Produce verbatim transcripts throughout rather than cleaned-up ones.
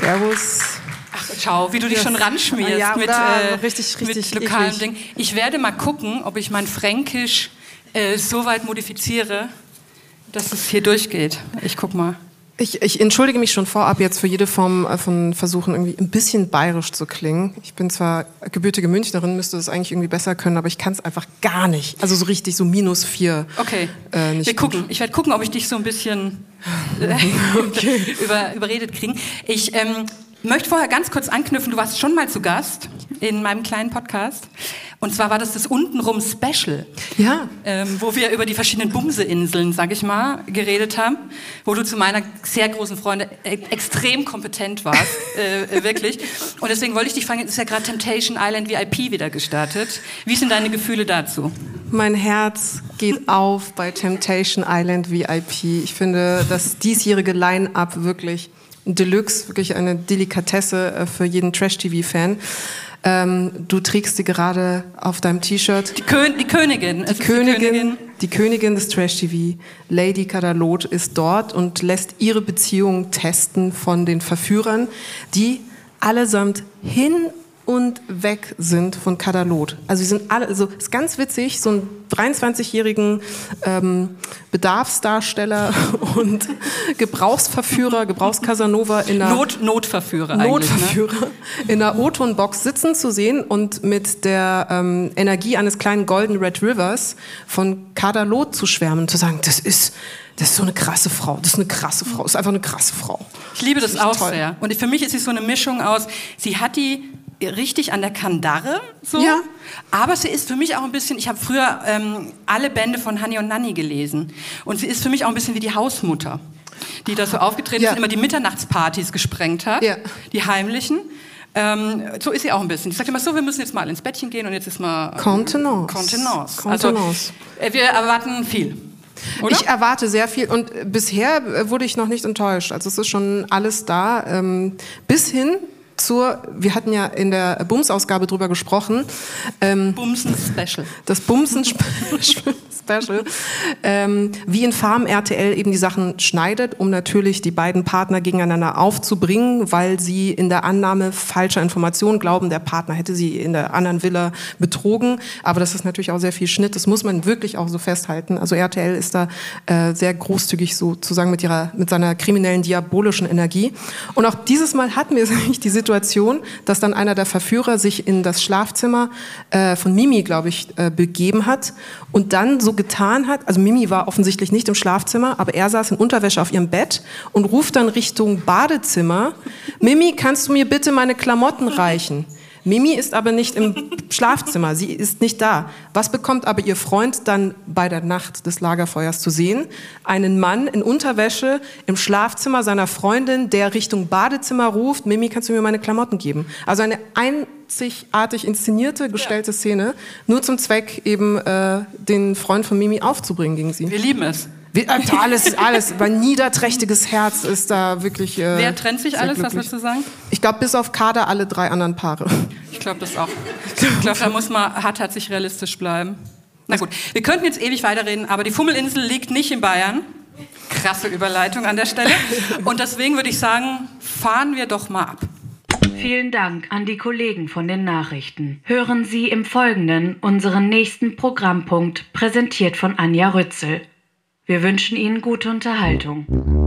Servus. Ach, schau, wie du dich das, schon ranschmierst ja, mit, äh, richtig, richtig mit lokalem eklig. Ding. Ich werde mal gucken, ob ich mein Fränkisch äh, so weit modifiziere, dass es hier durchgeht. Ich guck mal. Ich, ich entschuldige mich schon vorab jetzt für jede Form von Versuchen, irgendwie ein bisschen bayerisch zu klingen. Ich bin zwar gebürtige Münchnerin, müsste das eigentlich irgendwie besser können, aber ich kann es einfach gar nicht. Also so richtig so minus vier. Okay, äh, nicht wir gut. gucken. Ich werde gucken, ob ich dich so ein bisschen äh, okay. über, überredet kriegen. Ich ähm, möchte vorher ganz kurz anknüpfen. Du warst schon mal zu Gast in meinem kleinen Podcast. Und zwar war das das Untenrum Special, ja. ähm, wo wir über die verschiedenen Bumse-Inseln, sag ich mal, geredet haben, wo du zu meiner sehr großen Freundin e extrem kompetent warst, äh, wirklich. Und deswegen wollte ich dich fragen, es ist ja gerade Temptation Island V I P wieder gestartet. Wie sind deine Gefühle dazu? Mein Herz geht auf bei Temptation Island V I P. Ich finde das diesjährige Line-Up wirklich Deluxe, wirklich eine Delikatesse für jeden Trash-T V-Fan. Ähm, du trägst sie gerade auf deinem T-Shirt. Die, Kön die Königin. Die Königin, die Königin. Die Königin des Trash-T V, Lady Kadalot, ist dort und lässt ihre Beziehung testen von den Verführern, die allesamt hin und weg sind von Kadalot. Also sie sind alle, also ist ganz witzig, so einen dreiundzwanzigjährigen ähm, Bedarfsdarsteller und Gebrauchsverführer, Gebrauchs-Casanova in einer Not, Notverführer eigentlich, Notverführer ne? in einer O-Ton-Box sitzen zu sehen und mit der ähm, Energie eines kleinen Golden Red Rivers von Kadalot zu schwärmen und zu sagen, das ist Das ist so eine krasse Frau. Das ist eine krasse Frau. Das ist einfach eine krasse Frau. Ich liebe das, das auch toll. sehr. Und für mich ist sie so eine Mischung aus, sie hat die richtig an der Kandare, so. Ja. Aber sie ist für mich auch ein bisschen, ich habe früher ähm, alle Bände von Hanni und Nanni gelesen. Und sie ist für mich auch ein bisschen wie die Hausmutter, die da so aufgetreten ja. ist und immer die Mitternachtspartys gesprengt hat, ja. die heimlichen. Ähm, so ist sie auch ein bisschen. Ich sage immer so, wir müssen jetzt mal ins Bettchen gehen und jetzt ist mal... Ähm, Contenance. Contenance. Contenance. Also, äh, wir erwarten viel. Oder? Ich erwarte sehr viel und bisher wurde ich noch nicht enttäuscht. Also es ist schon alles da. Ähm, bis hin zur, wir hatten ja in der Bums-Ausgabe drüber gesprochen. Ähm, Bumsen-Special. Das Bumsen-Special. Special, ähm, wie Infam R T L eben die Sachen schneidet, um natürlich die beiden Partner gegeneinander aufzubringen, weil sie in der Annahme falscher Informationen glauben, der Partner hätte sie in der anderen Villa betrogen. Aber das ist natürlich auch sehr viel Schnitt. Das muss man wirklich auch so festhalten. Also R T L ist da äh, sehr großzügig sozusagen mit ihrer, mit seiner kriminellen, diabolischen Energie. Und auch dieses Mal hatten wir nämlich die Situation, dass dann einer der Verführer sich in das Schlafzimmer äh, von Mimi, glaube ich, äh, begeben hat und dann so getan hat, also Mimi war offensichtlich nicht im Schlafzimmer, aber er saß in Unterwäsche auf ihrem Bett und ruft dann Richtung Badezimmer, Mimi, kannst du mir bitte meine Klamotten reichen? Mimi ist aber nicht im Schlafzimmer, sie ist nicht da. Was bekommt aber ihr Freund dann bei der Nacht des Lagerfeuers zu sehen? Einen Mann in Unterwäsche im Schlafzimmer seiner Freundin, der Richtung Badezimmer ruft, Mimi, kannst du mir meine Klamotten geben? Also eine einzigartig inszenierte, gestellte ja. Szene, nur zum Zweck eben äh, den Freund von Mimi aufzubringen gegen sie. Wir lieben es. Wie, äh, alles, alles. Mein niederträchtiges Herz ist da wirklich. Äh, Wer trennt sich alles, glücklich. Was willst du sagen? Ich glaube, bis auf Kader alle drei anderen Paare. Ich glaube das auch. Ich glaube, da muss man hartherzig realistisch bleiben. Na gut, wir könnten jetzt ewig weiterreden, aber die Fummelinsel liegt nicht in Bayern. Krasse Überleitung an der Stelle. Und deswegen würde ich sagen, fahren wir doch mal ab. Vielen Dank an die Kollegen von den Nachrichten. Hören Sie im Folgenden unseren nächsten Programmpunkt, präsentiert von Anja Rützel. Wir wünschen Ihnen gute Unterhaltung.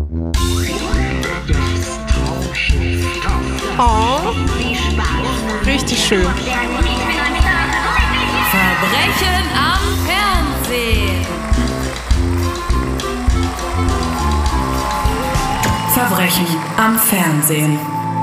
Oh, richtig schön. Verbrechen am Fernsehen. Verbrechen am Fernsehen.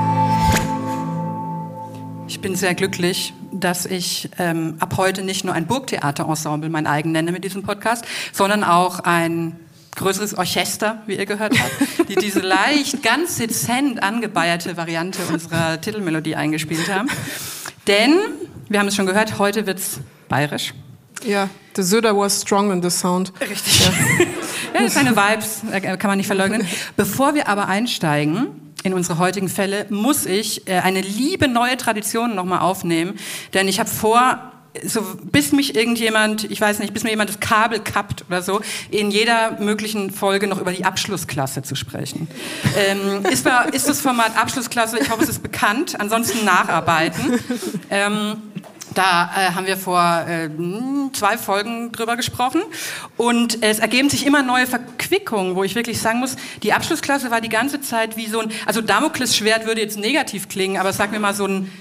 Ich bin sehr glücklich, dass ich ähm, ab heute nicht nur ein Burgtheaterensemble mein eigen nenne mit diesem Podcast, sondern auch ein größeres Orchester, wie ihr gehört habt, die diese leicht, ganz dezent angebeierte Variante unserer Titelmelodie eingespielt haben. Denn, wir haben es schon gehört, heute wird's bayerisch. Ja, the Söder was strong in the sound. Richtig. Ja, ja, das ist eine Vibes, kann man nicht verleugnen. Bevor wir aber einsteigen in unsere heutigen Fälle, muss ich äh, eine liebe neue Tradition nochmal aufnehmen, denn ich habe vor, so, bis mich irgendjemand, ich weiß nicht, bis mir jemand das Kabel kappt oder so, in jeder möglichen Folge noch über die Abschlussklasse zu sprechen. Ähm, ist, ist das Format Abschlussklasse, ich hoffe, es ist bekannt, ansonsten nacharbeiten. Ähm, Da äh, haben wir vor äh, zwei Folgen drüber gesprochen und es ergeben sich immer neue Verquickungen, wo ich wirklich sagen muss, die Abschlussklasse war die ganze Zeit wie so ein, also Damoklesschwert würde jetzt negativ klingen, aber sag mir mal so ein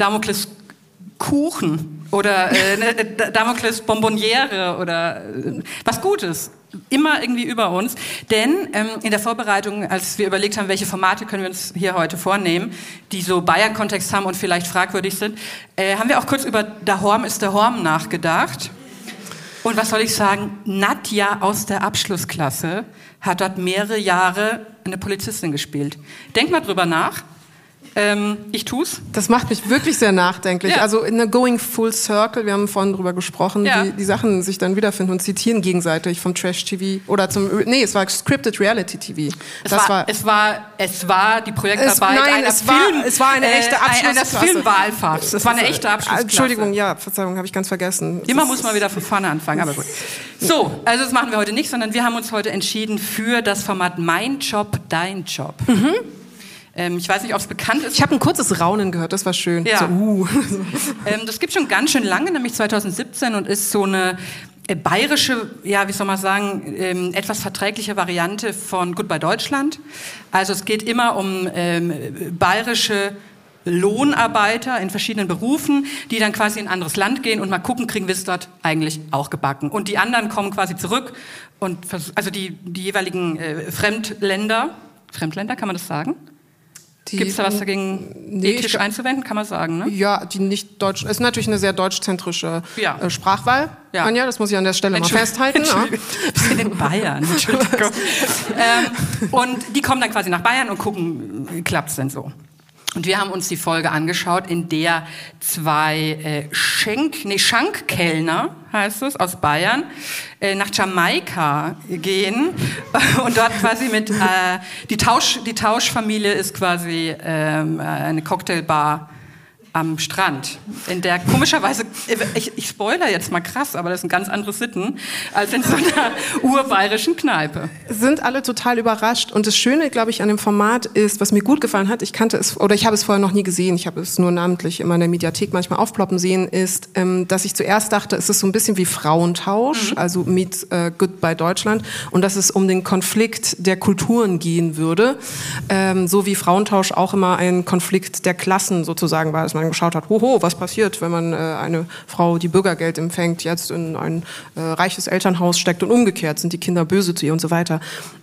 Damokleskuchen oder äh, Damokles Bonbonniere oder äh, was Gutes. Immer irgendwie über uns, denn ähm, in der Vorbereitung, als wir überlegt haben, welche Formate können wir uns hier heute vornehmen, die so Bayern-Kontext haben und vielleicht fragwürdig sind, äh, haben wir auch kurz über Der Horm ist der Horm nachgedacht. Und was soll ich sagen, Nadja aus der Abschlussklasse hat dort mehrere Jahre eine Polizistin gespielt. Denk mal drüber nach. Ähm, ich tu's. Das macht mich wirklich sehr nachdenklich. Ja. Also in der Going Full Circle, wir haben vorhin drüber gesprochen, ja. die, die Sachen sich dann wiederfinden und zitieren gegenseitig vom Trash-T V oder zum, nee, es war Scripted Reality-T V. Es, das war, war, es, war, es war die Projektarbeit es, nein, einer es war, Film, es war eine äh, echte Abschlussklasse. eines Filmwahlfachs. Es war eine echte Abschlussklasse. Entschuldigung, ja, Verzeihung, habe ich ganz vergessen. Immer muss man wieder von vorne anfangen, aber gut. So, also das machen wir heute nicht, sondern wir haben uns heute entschieden für das Format Mein Job, Dein Job. Mhm. Ähm, ich weiß nicht, ob es bekannt ist. Ich habe ein kurzes Raunen gehört, das war schön. Ja. So, uh. ähm, das gibt schon ganz schön lange, nämlich zwanzig siebzehn und ist so eine äh, bayerische, ja, wie soll man sagen, ähm, etwas verträgliche Variante von Goodbye Deutschland. Also es geht immer um ähm, bayerische Lohnarbeiter in verschiedenen Berufen, die dann quasi in ein anderes Land gehen und mal gucken, kriegen wir es dort eigentlich auch gebacken. Und die anderen kommen quasi zurück und also die, die jeweiligen äh, Fremdländer, Fremdländer, kann man das sagen? Gibt es da was dagegen nee, ethisch ich, einzuwenden? Kann man sagen, ne? Ja, die nicht deutsch. Es ist natürlich eine sehr deutschzentrische ja. äh, Sprachwahl. Ja. Anja, das muss ich an der Stelle mal festhalten. Ja. Wir sind in Bayern, Entschuldigung. ähm, und die kommen dann quasi nach Bayern und gucken, klappt es denn so? Und wir haben uns die Folge angeschaut, in der zwei äh, Schenk, nee, Schankkellner, heißt es, aus Bayern, äh, nach Jamaika gehen und dort quasi mit, äh, die, Tausch, die Tauschfamilie ist quasi ähm, eine Cocktailbar am Strand, in der komischerweise, ich, ich spoiler jetzt mal krass, aber das sind ganz andere Sitten, als in so einer urbayerischen Kneipe. Sind alle total überrascht und das Schöne, glaube ich, an dem Format ist, was mir gut gefallen hat, ich kannte es, oder ich habe es vorher noch nie gesehen, ich habe es nur namentlich in meiner Mediathek manchmal aufploppen sehen, ist, ähm, dass ich zuerst dachte, es ist so ein bisschen wie Frauentausch, mhm. also mit äh, Goodbye Deutschland und dass es um den Konflikt der Kulturen gehen würde, ähm, so wie Frauentausch auch immer ein Konflikt der Klassen sozusagen war, dass man geschaut hat, hoho, was passiert, wenn man äh, eine Frau, die Bürgergeld empfängt, jetzt in ein äh, reiches Elternhaus steckt und umgekehrt, sind die Kinder böse zu ihr und so weiter.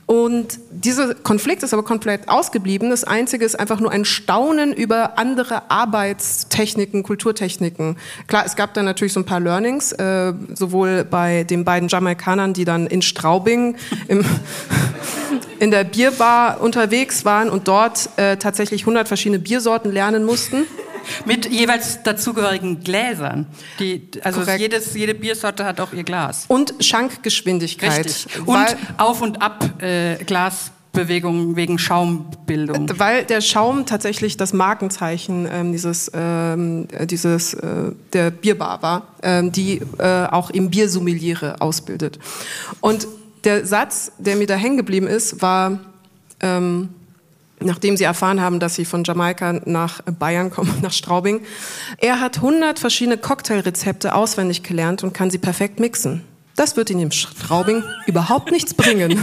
Und dieser Konflikt ist aber komplett ausgeblieben. Das Einzige ist einfach nur ein Staunen über andere Arbeitstechniken, Kulturtechniken. Klar, es gab dann natürlich so ein paar Learnings, äh, sowohl bei den beiden Jamaikanern, die dann in Straubing im, in der Bierbar unterwegs waren und dort äh, tatsächlich hundert verschiedene Biersorten lernen mussten. Mit jeweils dazugehörigen Gläsern. Die, also jedes, jede Biersorte hat auch ihr Glas. Und Schankgeschwindigkeit. Richtig. Und Auf- und Ab äh, Glasbewegungen wegen Schaumbildung. Weil der Schaum tatsächlich das Markenzeichen ähm, dieses, ähm, dieses äh, der Bierbar war, ähm, die äh, auch im Biersommeliere ausbildet. Und der Satz, der mir da hängen geblieben ist, war... Ähm, nachdem sie erfahren haben, dass sie von Jamaika nach Bayern kommen, nach Straubing. Er hat hundert verschiedene Cocktailrezepte auswendig gelernt und kann sie perfekt mixen. Das wird in dem Straubing überhaupt nichts bringen.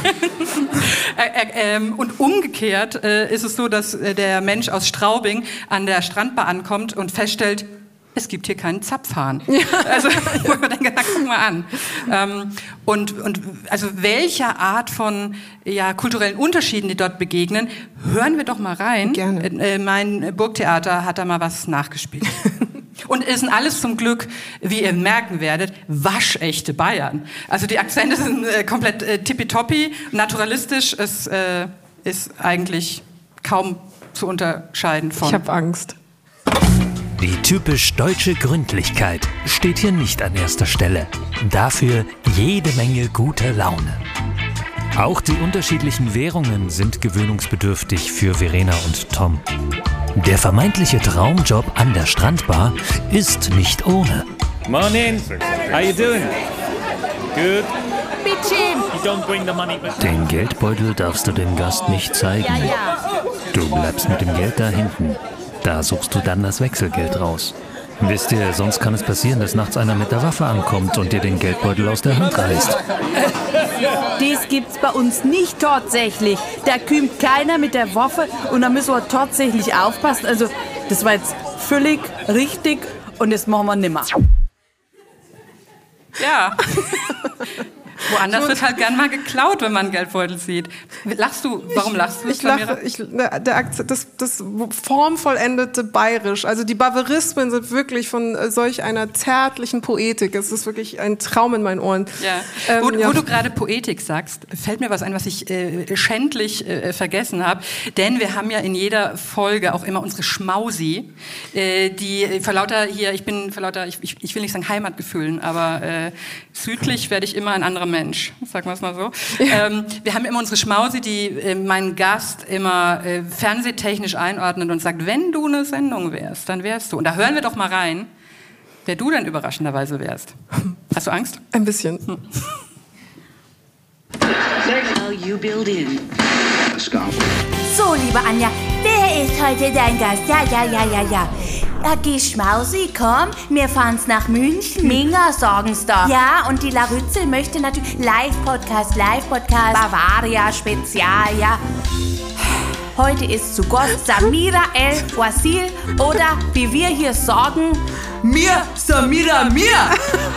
Und umgekehrt äh, ist es so, dass äh, der Mensch aus Straubing an der Strandbar ankommt und feststellt, es gibt hier keinen Zapfhahn. Ja. Also, wo man denkt, na, guck mal an. Ähm, und, und, also, welcher Art von, ja, kulturellen Unterschieden, die dort begegnen, hören wir doch mal rein. Gerne. Äh, mein Burgtheater hat da mal was nachgespielt. Und es sind alles zum Glück, wie ihr merken werdet, waschechte Bayern. Also, die Akzente sind äh, komplett äh, tippitoppi, naturalistisch. Es äh, ist eigentlich kaum zu unterscheiden von. Ich habe Angst. Die typisch deutsche Gründlichkeit steht hier nicht an erster Stelle. Dafür jede Menge guter Laune. Auch die unterschiedlichen Währungen sind gewöhnungsbedürftig für Verena und Tom. Der vermeintliche Traumjob an der Strandbar ist nicht ohne. Morning. How you doing? Good. Bitchin. You don't bring the money back. Den Geldbeutel darfst du dem Gast nicht zeigen. Ja, ja. Du bleibst mit dem Geld da hinten. Da suchst du dann das Wechselgeld raus. Wisst ihr, sonst kann es passieren, dass nachts einer mit der Waffe ankommt und dir den Geldbeutel aus der Hand reißt. Das gibt's bei uns nicht tatsächlich. Da kommt keiner mit der Waffe und da müssen wir tatsächlich aufpassen. Also, das war jetzt völlig richtig und das machen wir nimmer. Ja. Woanders wird halt gern mal geklaut, wenn man einen Geldbeutel sieht. Lachst du? Warum ich, lachst du? Ich lache, ich, der Akzent, das, das formvollendete Bayerisch, also die Bavarismen sind wirklich von solch einer zärtlichen Poetik. Es ist wirklich ein Traum in meinen Ohren. Ja. Ähm, wo, ja. wo du gerade Poetik sagst, fällt mir was ein, was ich äh, schändlich äh, vergessen habe. Denn wir haben ja in jeder Folge auch immer unsere Schmausi, äh, die vor lauter hier, ich bin vor lauter, ich, ich, ich will nicht sagen Heimatgefühlen, aber äh, südlich werde ich immer ein anderer Mensch, sagen wir es mal so. Ja. Ähm, wir haben immer unsere Schmausi, die äh, meinen Gast immer äh, fernsehtechnisch einordnet und sagt, wenn du eine Sendung wärst, dann wärst du. Und da hören wir doch mal rein, wer du denn überraschenderweise wärst. Hast du Angst? Ein bisschen. Hm. So, liebe Anja, wer ist heute dein Gast? Ja, ja, ja, ja, ja. Okay, Schmausi, komm, wir fahren's nach München. Minga, sagen's da. Ja, und die Larützel möchte natürlich Live-Podcast, Live-Podcast, Bavaria Spezial, ja. Heute ist zu Gast Samira El Wasil oder, wie wir hier sagen, mir, Samira, mir.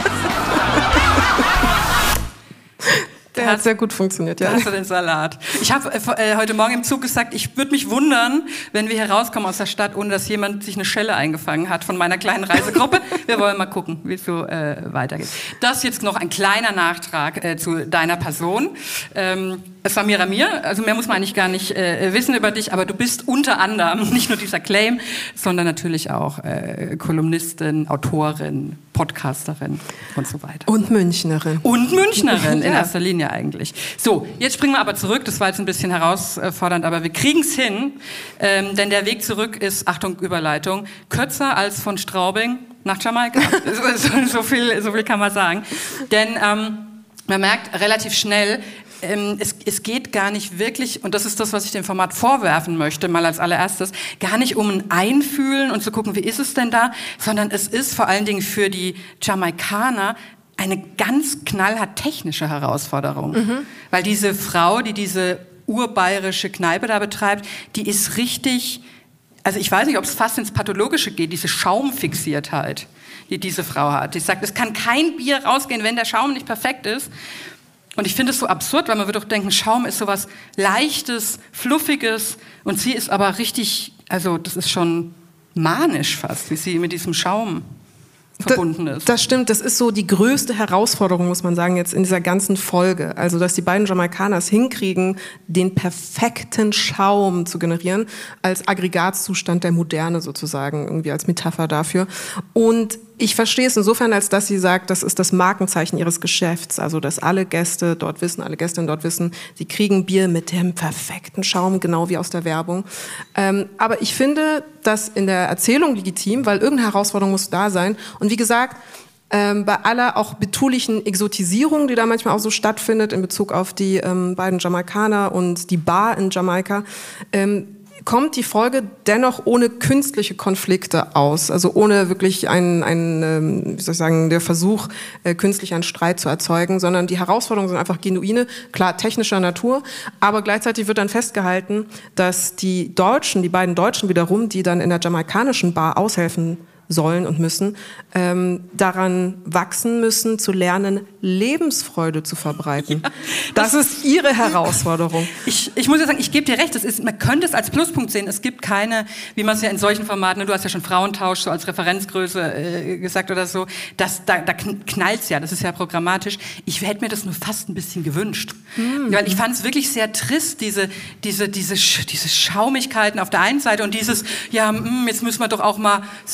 Der hat sehr gut funktioniert, ja. Da hast du den Salat. Ich habe äh, heute Morgen im Zug gesagt, ich würde mich wundern, wenn wir hier rauskommen aus der Stadt, ohne dass jemand sich eine Schelle eingefangen hat von meiner kleinen Reisegruppe. Wir wollen mal gucken, wie es so äh, weitergeht. Das jetzt noch ein kleiner Nachtrag äh, zu deiner Person. Ähm, Samira Mir, also mehr muss man eigentlich gar nicht äh, wissen über dich, aber du bist unter anderem nicht nur dieser Claim, sondern natürlich auch äh, Kolumnistin, Autorin, Podcasterin und so weiter. Und Münchnerin. Und Münchnerin in ja. erster Linie eigentlich. So, jetzt springen wir aber zurück. Das war jetzt ein bisschen herausfordernd, aber wir kriegen es hin. Ähm, denn der Weg zurück ist, Achtung, Überleitung, kürzer als von Straubing nach Jamaika. so, so, viel, so viel kann man sagen. Denn ähm, man merkt relativ schnell, ähm, es, es geht gar nicht wirklich, und das ist das, was ich dem Format vorwerfen möchte, mal als allererstes, gar nicht um ein Einfühlen und zu gucken, wie ist es denn da, sondern es ist vor allen Dingen für die Jamaikaner eine ganz knallhart technische Herausforderung. Mhm. Weil diese Frau, die diese urbayerische Kneipe da betreibt, die ist richtig, also ich weiß nicht, ob es fast ins Pathologische geht, diese Schaumfixiertheit, die diese Frau hat. Die sagt, es kann kein Bier rausgehen, wenn der Schaum nicht perfekt ist. Und ich finde es so absurd, weil man würde doch denken, Schaum ist sowas Leichtes, Fluffiges und sie ist aber richtig, also das ist schon manisch fast, wie sie mit diesem Schaum verbunden ist. Das stimmt, das ist so die größte Herausforderung, muss man sagen, jetzt in dieser ganzen Folge. Also, dass die beiden Jamaikaner es hinkriegen, den perfekten Schaum zu generieren, als Aggregatzustand der Moderne sozusagen, irgendwie als Metapher dafür. Und ich verstehe es insofern, als dass sie sagt, das ist das Markenzeichen ihres Geschäfts. Also, dass alle Gäste dort wissen, alle Gästinnen dort wissen, sie kriegen Bier mit dem perfekten Schaum, genau wie aus der Werbung. Ähm, aber ich finde das in der Erzählung legitim, weil irgendeine Herausforderung muss da sein. Und wie gesagt, ähm, bei aller auch betulichen Exotisierung, die da manchmal auch so stattfindet in Bezug auf die ähm, beiden Jamaikaner und die Bar in Jamaika, ähm, kommt die Folge dennoch ohne künstliche Konflikte aus, also ohne wirklich einen, einen wie soll ich sagen, der Versuch, äh, künstlich einen Streit zu erzeugen, sondern die Herausforderungen sind einfach genuine, klar technischer Natur, aber gleichzeitig wird dann festgehalten, dass die Deutschen, die beiden Deutschen wiederum, die dann in der jamaikanischen Bar aushelfen sollen und müssen, ähm, daran wachsen müssen, zu lernen, Lebensfreude zu verbreiten. Ja, das, das ist ihre Herausforderung. Ich, ich muss ja sagen, ich gebe dir recht, das ist, man könnte es als Pluspunkt sehen. Es gibt keine, wie man es ja in solchen Formaten, du hast ja schon Frauentausch so als Referenzgröße äh, gesagt oder so, das, da, da knallt's ja, das ist ja programmatisch. Ich hätte mir das nur fast ein bisschen gewünscht. Mhm. Weil ich fand es wirklich sehr trist, diese, diese, diese, diese Schaumigkeiten auf der einen Seite und dieses, ja, mh, jetzt müssen wir doch auch mal Servus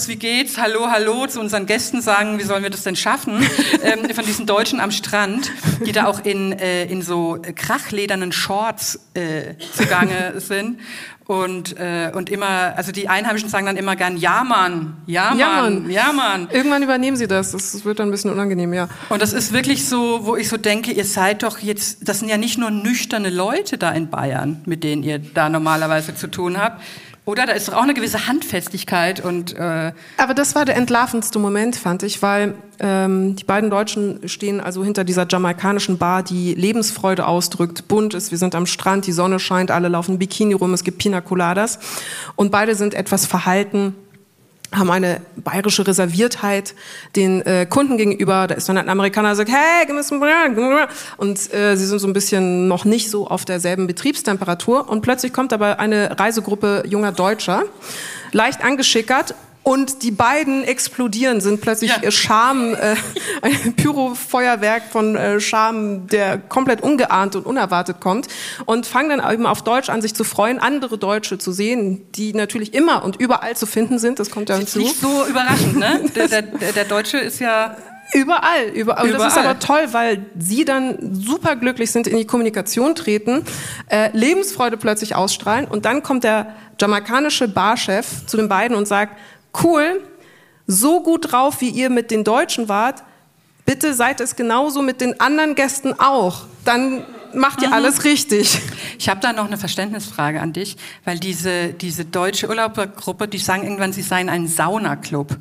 Servus, wie geht's? Hallo, hallo zu unseren Gästen sagen, wie sollen wir das denn schaffen? ähm, von diesen Deutschen am Strand, die da auch in, äh, in so krachledernen Shorts äh, zugange sind. Und, äh, und immer, also die Einheimischen sagen dann immer gern, ja Mann, ja Mann, Ja, Mann. ja Mann. Irgendwann übernehmen sie das. Das wird dann ein bisschen unangenehm, ja. Und das ist wirklich so, wo ich so denke, ihr seid doch jetzt, das sind ja nicht nur nüchterne Leute da in Bayern, mit denen ihr da normalerweise zu tun habt. Oder? Da ist doch auch eine gewisse Handfestigkeit und... Äh Aber das war der entlarvendste Moment, fand ich, weil ähm, die beiden Deutschen stehen also hinter dieser jamaikanischen Bar, die Lebensfreude ausdrückt, bunt ist, wir sind am Strand, die Sonne scheint, alle laufen Bikini rum, es gibt Pina Coladas und beide sind etwas verhalten, haben eine bayerische Reserviertheit den äh, Kunden gegenüber. Da ist dann ein Amerikaner, der sagt, hey, gib mir some Brot. Und äh, sie sind so ein bisschen noch nicht so auf derselben Betriebstemperatur. Und plötzlich kommt aber eine Reisegruppe junger Deutscher, leicht angeschickert. Und die beiden explodieren, sind plötzlich Ja. Scham, äh, ein Pyrofeuerwerk von äh, Scham, der komplett ungeahnt und unerwartet kommt. Und fangen dann eben auf Deutsch an, sich zu freuen, andere Deutsche zu sehen, die natürlich immer und überall zu finden sind. Das kommt ja ist hinzu. nicht so überraschend, ne? Der, der, der Deutsche ist ja... Überall, überall. Und das ist Überall. aber toll, weil sie dann super glücklich sind, in die Kommunikation treten, äh, Lebensfreude plötzlich ausstrahlen und dann kommt der jamaikanische Barchef zu den beiden und sagt, cool, so gut drauf, wie ihr mit den Deutschen wart, bitte seid es genauso mit den anderen Gästen auch. Dann macht ihr Mhm. alles richtig. Ich habe da noch eine Verständnisfrage an dich, weil diese, diese deutsche Urlaubergruppe, die sagen irgendwann, sie seien ein Saunaclub.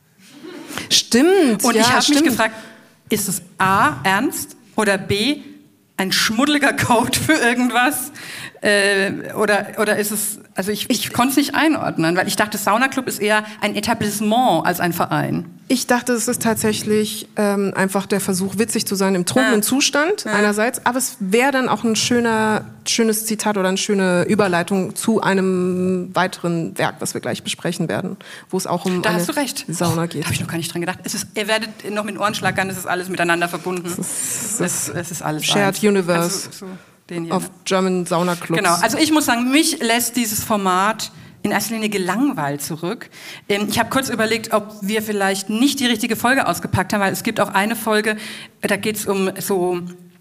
Stimmt. Und ja, ich habe mich stimmt. gefragt, ist es A, ernst oder B, ein schmuddeliger Code für irgendwas? Äh, oder, oder ist es, also ich, ich konnte es nicht einordnen, weil ich dachte, Saunaclub ist eher ein Etablissement als ein Verein. Ich dachte, es ist tatsächlich ähm, einfach der Versuch, witzig zu sein im trunkenen Ja. Zustand Ja. einerseits, aber es wäre dann auch ein schöner, schönes Zitat oder eine schöne Überleitung zu einem weiteren Werk, was wir gleich besprechen werden, wo es auch um Da eine hast du recht. Sauna Oh, geht. Da habe ich noch gar nicht dran gedacht. Es ist, ihr werdet noch mit den Ohren schlackern, es ist alles miteinander verbunden. Es ist, es, es ist alles Shared eins. Universe Also, so den hier, of ne? German Sauna Clubs. Genau, also ich muss sagen, mich lässt dieses Format in erster Linie gelangweilt zurück. Ähm, ich habe kurz überlegt, ob wir vielleicht nicht die richtige Folge ausgepackt haben, weil es gibt auch eine Folge, da geht es um so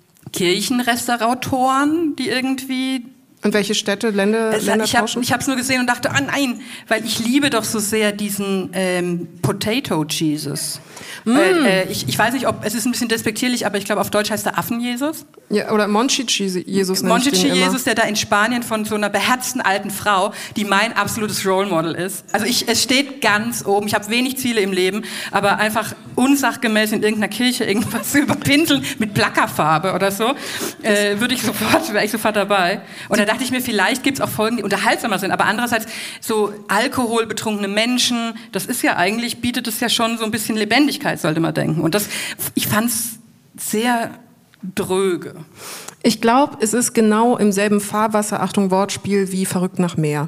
Kirchenrestauratoren, die irgendwie... Und welche Städte, Länder, Es, Länder ich habe tauschen? es nur gesehen und dachte, ah nein, weil ich liebe doch so sehr diesen ähm, Potato Jesus. Mm. Weil, äh, ich, ich weiß nicht, ob es ist ein bisschen despektierlich, aber ich glaube, auf Deutsch heißt er Affen-Jesus. Ja, oder Monchichi Jesus nenne ich den Monchichi immer. Jesus, der da in Spanien von so einer beherzten alten Frau, die mein absolutes Role Model ist. Also ich, es steht ganz oben. Ich habe wenig Ziele im Leben, aber einfach unsachgemäß in irgendeiner Kirche irgendwas zu überpinseln mit Plackerfarbe oder so, äh, würde ich sofort, wäre ich sofort dabei. Und da dachte ich mir, vielleicht gibt es auch Folgen, die unterhaltsamer sind, aber andererseits so alkoholbetrunkene Menschen, das ist ja eigentlich, bietet es ja schon so ein bisschen Lebendigkeit, sollte man denken. Und das, ich fand es sehr dröge. Ich glaube, es ist genau im selben Fahrwasser, Achtung Wortspiel, wie Verrückt nach Meer.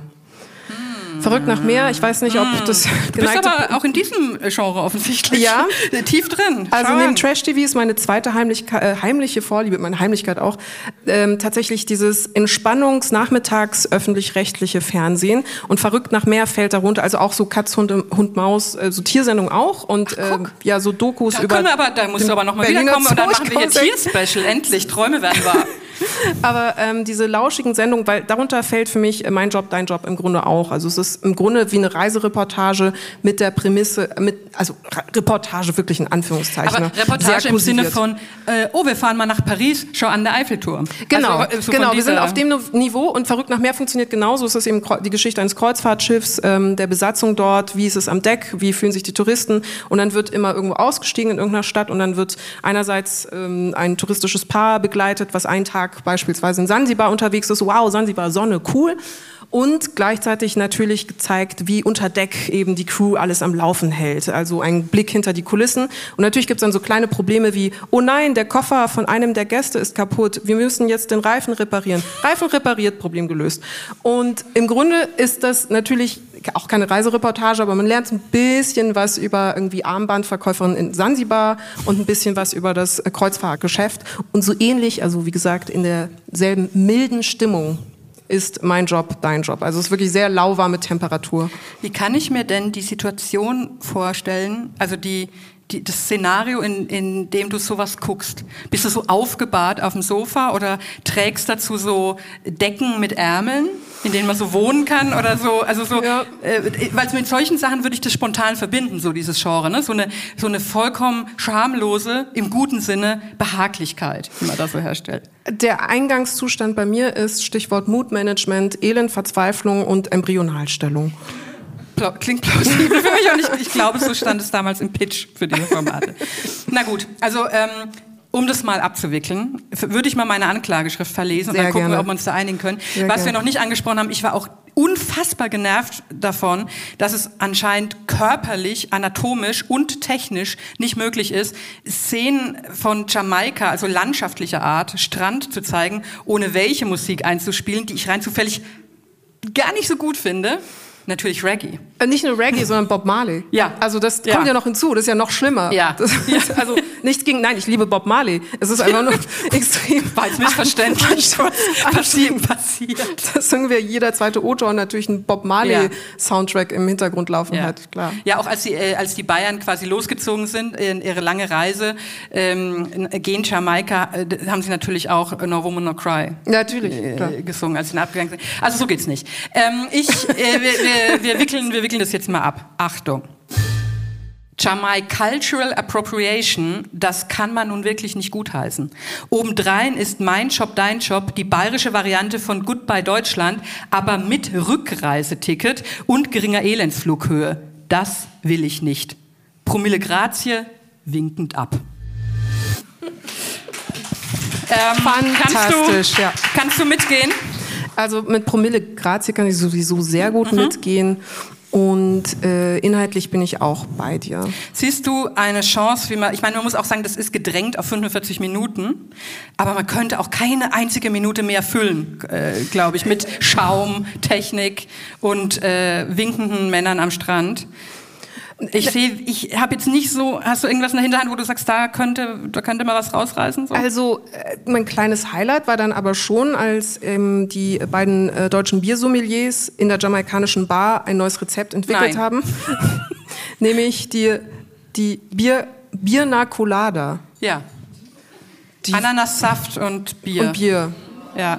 Verrückt nach Meer, ich weiß nicht, ob das Du bist geneigte... aber auch in diesem Genre offensichtlich Ja. tief drin. Also Schau neben an. Trash-T V ist meine zweite heimliche, äh, heimliche Vorliebe, meine Heimlichkeit auch, ähm, tatsächlich dieses Entspannungs-Nachmittags öffentlich-rechtliche Fernsehen. Und Verrückt nach Meer fällt darunter, also auch so Katz, Hund, Hund Maus, äh, so Tiersendungen auch. Und äh, ja, so Dokus Da, über... können wir aber, da musst den du aber noch mal Berliner wiederkommen und dann Zoo. machen wir hier Ich komm's Tier-Special. Endlich, Träume werden wahr. Aber ähm, diese lauschigen Sendungen, weil darunter fällt für mich äh, mein Job, dein Job im Grunde auch. Also es ist im Grunde wie eine Reisereportage mit der Prämisse, mit, also Ra- Reportage wirklich in Anführungszeichen. Aber ne? Reportage Sehr im Sinne kursiviert. von, äh, oh, wir fahren mal nach Paris, schau an der Eiffelturm. Genau, Also, äh, so von genau. Wir sind dieser- auf dem Niveau und Verrückt nach Meer funktioniert genauso. Es ist eben Kreu- die Geschichte eines Kreuzfahrtschiffs, ähm, der Besatzung dort, wie ist es am Deck, wie fühlen sich die Touristen und dann wird immer irgendwo ausgestiegen in irgendeiner Stadt und dann wird einerseits ähm, ein touristisches Paar begleitet, was einen Tag beispielsweise in Sansibar unterwegs ist. Wow, Sansibar, Sonne, cool. Und gleichzeitig natürlich gezeigt, wie unter Deck eben die Crew alles am Laufen hält. Also ein Blick hinter die Kulissen. Und natürlich gibt es dann so kleine Probleme wie, oh nein, der Koffer von einem der Gäste ist kaputt. Wir müssen jetzt den Reifen reparieren. Reifen repariert, Problem gelöst. Und im Grunde ist das natürlich auch keine Reisereportage, aber man lernt ein bisschen was über irgendwie Armbandverkäuferin in Sansibar und ein bisschen was über das Kreuzfahrtgeschäft. Und so ähnlich, also wie gesagt, in derselben milden Stimmung ist mein Job, dein Job. Also es ist wirklich sehr lauwarme Temperatur. Wie kann ich mir denn die Situation vorstellen, also die, die, das Szenario, in, in dem du sowas guckst? Bist du so aufgebahrt auf dem Sofa oder trägst dazu so Decken mit Ärmeln, in denen man so wohnen kann oder so? Also so, ja. äh, weil mit solchen Sachen würde ich das spontan verbinden, so dieses Genre, ne? So eine, so eine vollkommen schamlose, im guten Sinne, Behaglichkeit, die man da so herstellt. Der Eingangszustand bei mir ist Stichwort Moodmanagement, Elend, Verzweiflung und Embryonalstellung. Klingt plausibel für mich und ich, ich glaube, so stand es damals im Pitch für diese Formate. Na gut, also ähm, um das mal abzuwickeln, würde ich mal meine Anklageschrift verlesen und Sehr dann gucken gerne. wir, ob wir uns da einigen können. Sehr Was gerne. wir noch nicht angesprochen haben, ich war auch unfassbar genervt davon, dass es anscheinend körperlich, anatomisch und technisch nicht möglich ist, Szenen von Jamaika, also landschaftlicher Art, Strand zu zeigen, ohne welche Musik einzuspielen, die ich rein zufällig gar nicht so gut finde. Natürlich Reggae. Äh, nicht nur Reggae, sondern Bob Marley. Ja. Also das Ja. kommt ja noch hinzu, das ist ja noch schlimmer. Ja. Das, Ja. Also nichts gegen, nein, ich liebe Bob Marley. Es ist einfach nur extrem... War jetzt missverständlich, was passiert. Dass irgendwie jeder zweite O-Ton natürlich einen Bob Marley-Soundtrack im Hintergrund laufen Ja. hat, klar. Ja, auch als die, äh, als die Bayern quasi losgezogen sind in ihre lange Reise ähm, gegen Jamaika, äh, haben sie natürlich auch No Woman No Cry Natürlich, klar. äh, gesungen, als sie abgegangen sind. Also so geht's nicht. Ähm, ich, äh, wir, wir, wir, wickeln, wir wickeln das jetzt mal ab. Achtung. Jamaika Cultural Appropriation, das kann man nun wirklich nicht gutheißen. Obendrein ist Mein Job, Dein Job die bayerische Variante von Goodbye Deutschland, aber mit Rückreiseticket und geringer Elendsflughöhe. Das will ich nicht. Promille Grazie, winkend ab. Ähm, Fantastisch, kannst du, ja. Kannst du mitgehen? Also mit Promille Grazie kann ich sowieso sehr gut mhm. mitgehen. Und äh, inhaltlich bin ich auch bei dir. Siehst du eine Chance, wie man, ich meine, man muss auch sagen, das ist gedrängt auf fünfundvierzig Minuten, aber man könnte auch keine einzige Minute mehr füllen, äh, glaube ich, mit Schaum, Technik und äh, winkenden Männern am Strand. Ich sehe, ich habe jetzt nicht so, hast du irgendwas in der Hinterhand, wo du sagst, da könnte, da könnte mal was rausreißen? So? Also äh, mein kleines Highlight war dann aber schon, als ähm, die beiden äh, deutschen Biersommeliers in der jamaikanischen Bar ein neues Rezept entwickelt Nein. haben. Nämlich die, die Bier, Bierna Colada. Ja. Die Ananassaft und Bier. Und Bier. Ja.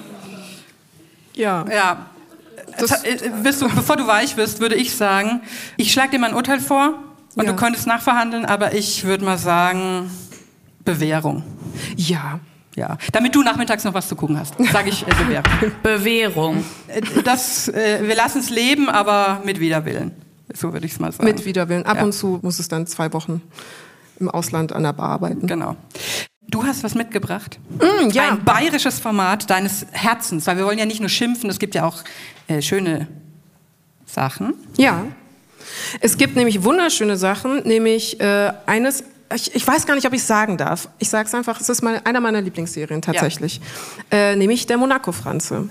Ja. Ja. Das, wirst du, bevor du weich wirst, würde ich sagen, ich schlage dir mal ein Urteil vor und Ja. du könntest nachverhandeln, aber ich würde mal sagen, Bewährung. Ja. Ja. Damit du nachmittags noch was zu gucken hast, sage ich äh, Bewährung. Bewährung. Äh, Das, äh, wir lassen es leben, aber mit Widerwillen. So würde ich es mal sagen. Mit Widerwillen. Ab Ja. und zu muss es dann zwei Wochen im Ausland an der Bar arbeiten. Genau. Du hast was mitgebracht. Mm, ja. Ein bayerisches Format deines Herzens, weil wir wollen ja nicht nur schimpfen, es gibt ja auch äh, schöne Sachen. Ja. Es gibt nämlich wunderschöne Sachen, nämlich äh, eines, ich, ich weiß gar nicht, ob ich es sagen darf. Ich sage es einfach, es ist meine, einer meiner Lieblingsserien tatsächlich. Ja. Äh, nämlich der Monaco-Franze.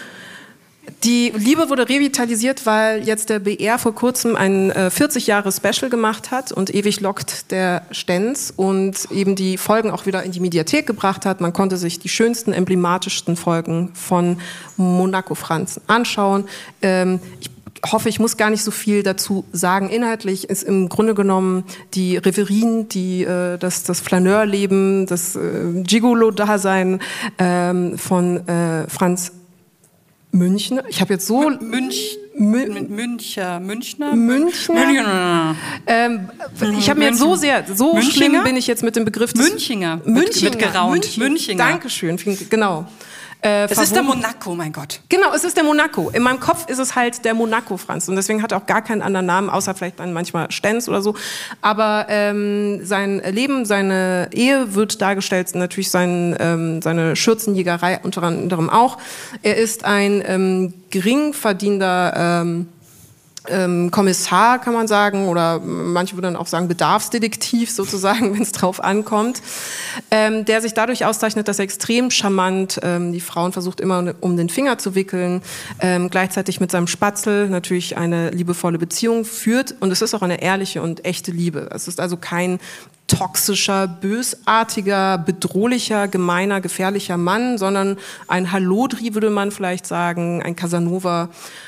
Die Liebe wurde revitalisiert, weil jetzt der B R vor kurzem ein äh, vierzig Jahre Special gemacht hat und ewig lockt der Stenz und eben die Folgen auch wieder in die Mediathek gebracht hat. Man konnte sich die schönsten, emblematischsten Folgen von Monaco Franzen anschauen. Ähm, ich hoffe, ich muss gar nicht so viel dazu sagen. Inhaltlich ist im Grunde genommen die Reverien, die, äh, das, das Flaneurleben, das äh, Gigolo-Dasein ähm, von äh, Franz München. Ich habe jetzt so Münch, Mü Müncher, Münchner? Münchner. Münchner. Ähm, ich habe mir jetzt so sehr, so Münchinger? schlimm bin ich jetzt mit dem Begriff des Münchinger. Münchinger. Wird geraunt. München. Münchinger. Dankeschön. Genau. Äh, Es ist der verwoben- Monaco, mein Gott. Genau, es ist der Monaco. In meinem Kopf ist es halt der Monaco-Franz. Und deswegen hat er auch gar keinen anderen Namen, außer vielleicht dann manchmal Stenz oder so. Aber ähm, sein Leben, seine Ehe wird dargestellt, natürlich sein, ähm, seine Schürzenjägerei unter anderem auch. Er ist ein ähm, geringverdienter ähm, ähm, Kommissar, kann man sagen, oder manche würden dann auch sagen Bedarfsdetektiv sozusagen, wenn es drauf ankommt, ähm, der sich dadurch auszeichnet, dass er extrem charmant ähm, die Frauen versucht immer um den Finger zu wickeln, ähm, gleichzeitig mit seinem Spatzel natürlich eine liebevolle Beziehung führt und es ist auch eine ehrliche und echte Liebe. Es ist also kein toxischer, bösartiger, bedrohlicher, gemeiner, gefährlicher Mann, sondern ein Hallodri, würde man vielleicht sagen, ein Casanova.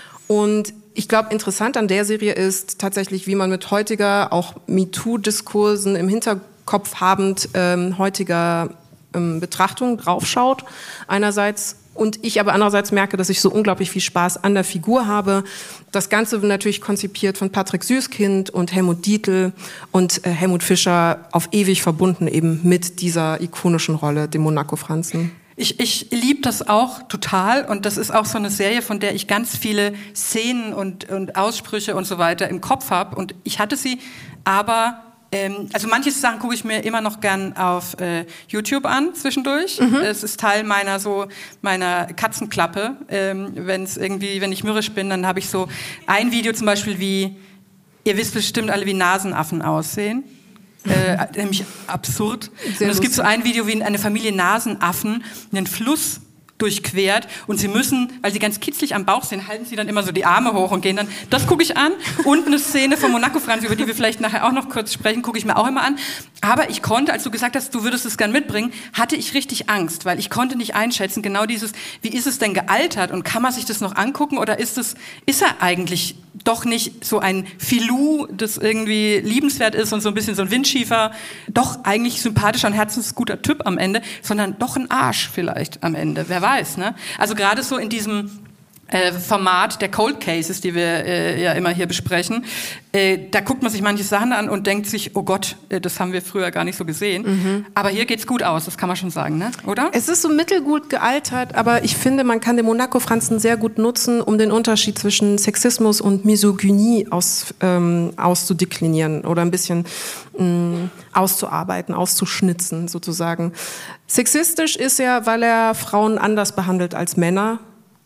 Und ich glaube, interessant an der Serie ist tatsächlich, wie man mit heutiger, auch MeToo-Diskursen im Hinterkopf habend, ähm, heutiger ähm, Betrachtung draufschaut einerseits. Und ich aber andererseits merke, dass ich so unglaublich viel Spaß an der Figur habe. Das Ganze natürlich konzipiert von Patrick Süßkind und Helmut Dietl und äh, Helmut Fischer auf ewig verbunden eben mit dieser ikonischen Rolle, dem Monaco-Franzen. Ich, ich liebe das auch total und das ist auch so eine Serie, von der ich ganz viele Szenen und, und Aussprüche und so weiter im Kopf habe. Und ich hatte sie, aber ähm, also manche Sachen gucke ich mir immer noch gern auf äh, YouTube an zwischendurch. Mhm. Es ist Teil meiner so meiner Katzenklappe. Ähm, wenn es irgendwie, wenn ich mürrisch bin, dann habe ich so ein Video zum Beispiel wie, ihr wisst bestimmt alle, wie Nasenaffen aussehen. Äh, nämlich absurd. Sehr und es gibt so ein Video, wie eine Familie Nasenaffen einen Fluss durchquert und sie müssen, weil sie ganz kitzlig am Bauch sind, halten sie dann immer so die Arme hoch und gehen dann, das gucke ich an. Und eine Szene von Monaco-Franz, über die wir vielleicht nachher auch noch kurz sprechen, gucke ich mir auch immer an. Aber ich konnte, als du gesagt hast, du würdest es gern mitbringen, hatte ich richtig Angst, weil ich konnte nicht einschätzen, genau dieses, wie ist es denn gealtert und kann man sich das noch angucken oder ist es, ist er eigentlich doch nicht so ein Filou, das irgendwie liebenswert ist und so ein bisschen so ein Windschiefer, doch eigentlich sympathischer und herzensguter Typ am Ende, sondern doch ein Arsch vielleicht am Ende, wer weiß, ne? Also gerade so in diesem äh, Format der Cold Cases, die wir äh, ja immer hier besprechen, äh, da guckt man sich manche Sachen an und denkt sich, oh Gott, äh, das haben wir früher gar nicht so gesehen. Mhm. Aber hier geht's gut aus, das kann man schon sagen, ne? Oder? Es ist so mittelgut gealtert, aber ich finde, man kann den Monaco-Franzen sehr gut nutzen, um den Unterschied zwischen Sexismus und Misogynie aus, ähm, auszudeklinieren oder ein bisschen mh, auszuarbeiten, auszuschnitzen sozusagen. Sexistisch ist er, weil er Frauen anders behandelt als Männer.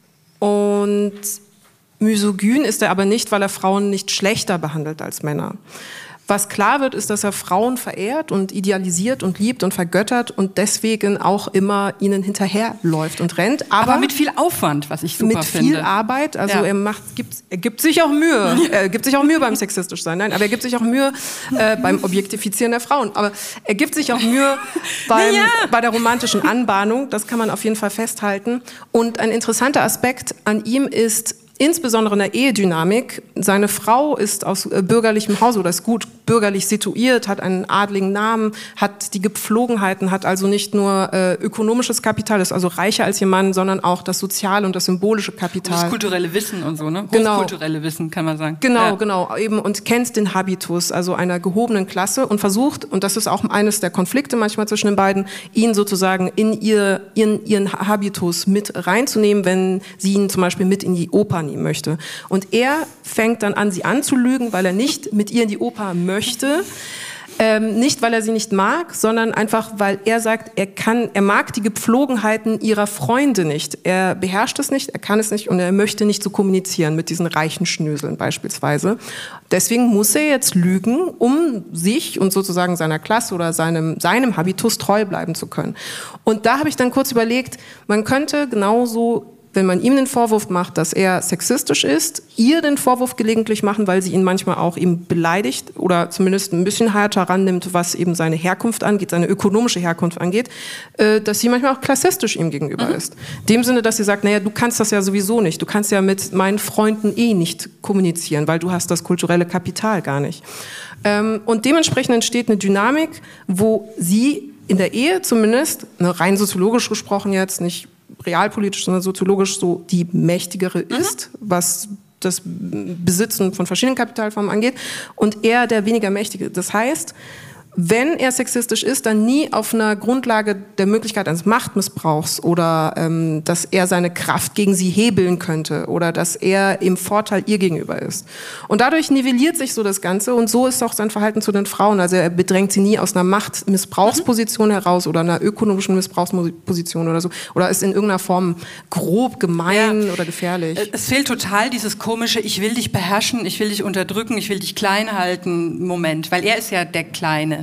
Und misogyn ist er aber nicht, weil er Frauen nicht schlechter behandelt als Männer. Was klar wird, ist, dass er Frauen verehrt und idealisiert und liebt und vergöttert und deswegen auch immer ihnen hinterherläuft und rennt. Aber, aber mit viel Aufwand, was ich super mit finde. Mit viel Arbeit. Also ja. er macht, gibt, er gibt sich auch Mühe. Er gibt sich auch Mühe beim sexistisch sein. Nein, aber er gibt sich auch Mühe äh, beim Objektifizieren der Frauen. Aber er gibt sich auch Mühe beim, ja. bei der romantischen Anbahnung. Das kann man auf jeden Fall festhalten. Und ein interessanter Aspekt an ihm ist, insbesondere in der Ehedynamik, seine Frau ist aus äh, bürgerlichem Hause oder ist gut bürgerlich situiert, hat einen adligen Namen, hat die Gepflogenheiten, hat also nicht nur äh, ökonomisches Kapital, ist also reicher als ihr Mann, sondern auch das soziale und das symbolische Kapital. Und das kulturelle Wissen und so, ne? Genau. Hochkulturelle Wissen, kann man sagen. Genau, ja. genau, eben und kennt den Habitus, also einer gehobenen Klasse und versucht, und das ist auch eines der Konflikte manchmal zwischen den beiden, ihn sozusagen in ihr, in ihren Habitus mit reinzunehmen, wenn sie ihn zum Beispiel mit in die Oper nehmen möchte. Und er fängt dann an, sie anzulügen, weil er nicht mit ihr in die Oper möchte. Ähm, nicht, weil er sie nicht mag, sondern einfach, weil er sagt, er kann, er mag die Gepflogenheiten ihrer Freunde nicht. Er beherrscht es nicht, er kann es nicht und er möchte nicht so kommunizieren mit diesen reichen Schnöseln beispielsweise. Deswegen muss er jetzt lügen, um sich und sozusagen seiner Klasse oder seinem, seinem Habitus treu bleiben zu können. Und da habe ich dann kurz überlegt, man könnte genauso, wenn man ihm den Vorwurf macht, dass er sexistisch ist, ihr den Vorwurf gelegentlich machen, weil sie ihn manchmal auch eben beleidigt oder zumindest ein bisschen härter rannimmt, was eben seine Herkunft angeht, seine ökonomische Herkunft angeht, äh, dass sie manchmal auch klassistisch ihm gegenüber mhm. ist. In dem Sinne, dass sie sagt, naja, du kannst das ja sowieso nicht, du kannst ja mit meinen Freunden eh nicht kommunizieren, weil du hast das kulturelle Kapital gar nicht. Ähm, und dementsprechend entsteht eine Dynamik, wo sie in der Ehe zumindest, ne, rein soziologisch gesprochen jetzt, nicht realpolitisch, sondern soziologisch so die mächtigere mhm. ist, was das Besitzen von verschiedenen Kapitalformen angeht, und er der weniger mächtige. Das heißt, wenn er sexistisch ist, dann nie auf einer Grundlage der Möglichkeit eines Machtmissbrauchs oder ähm, dass er seine Kraft gegen sie hebeln könnte oder dass er im Vorteil ihr gegenüber ist. Und dadurch nivelliert sich so das Ganze und so ist auch sein Verhalten zu den Frauen. Also er bedrängt sie nie aus einer Machtmissbrauchsposition mhm. heraus oder einer ökonomischen Missbrauchsposition oder so oder ist in irgendeiner Form grob, gemein ja. oder gefährlich. Es fehlt total dieses komische, ich will dich beherrschen, ich will dich unterdrücken, ich will dich klein halten Moment, weil er ist ja der Kleine.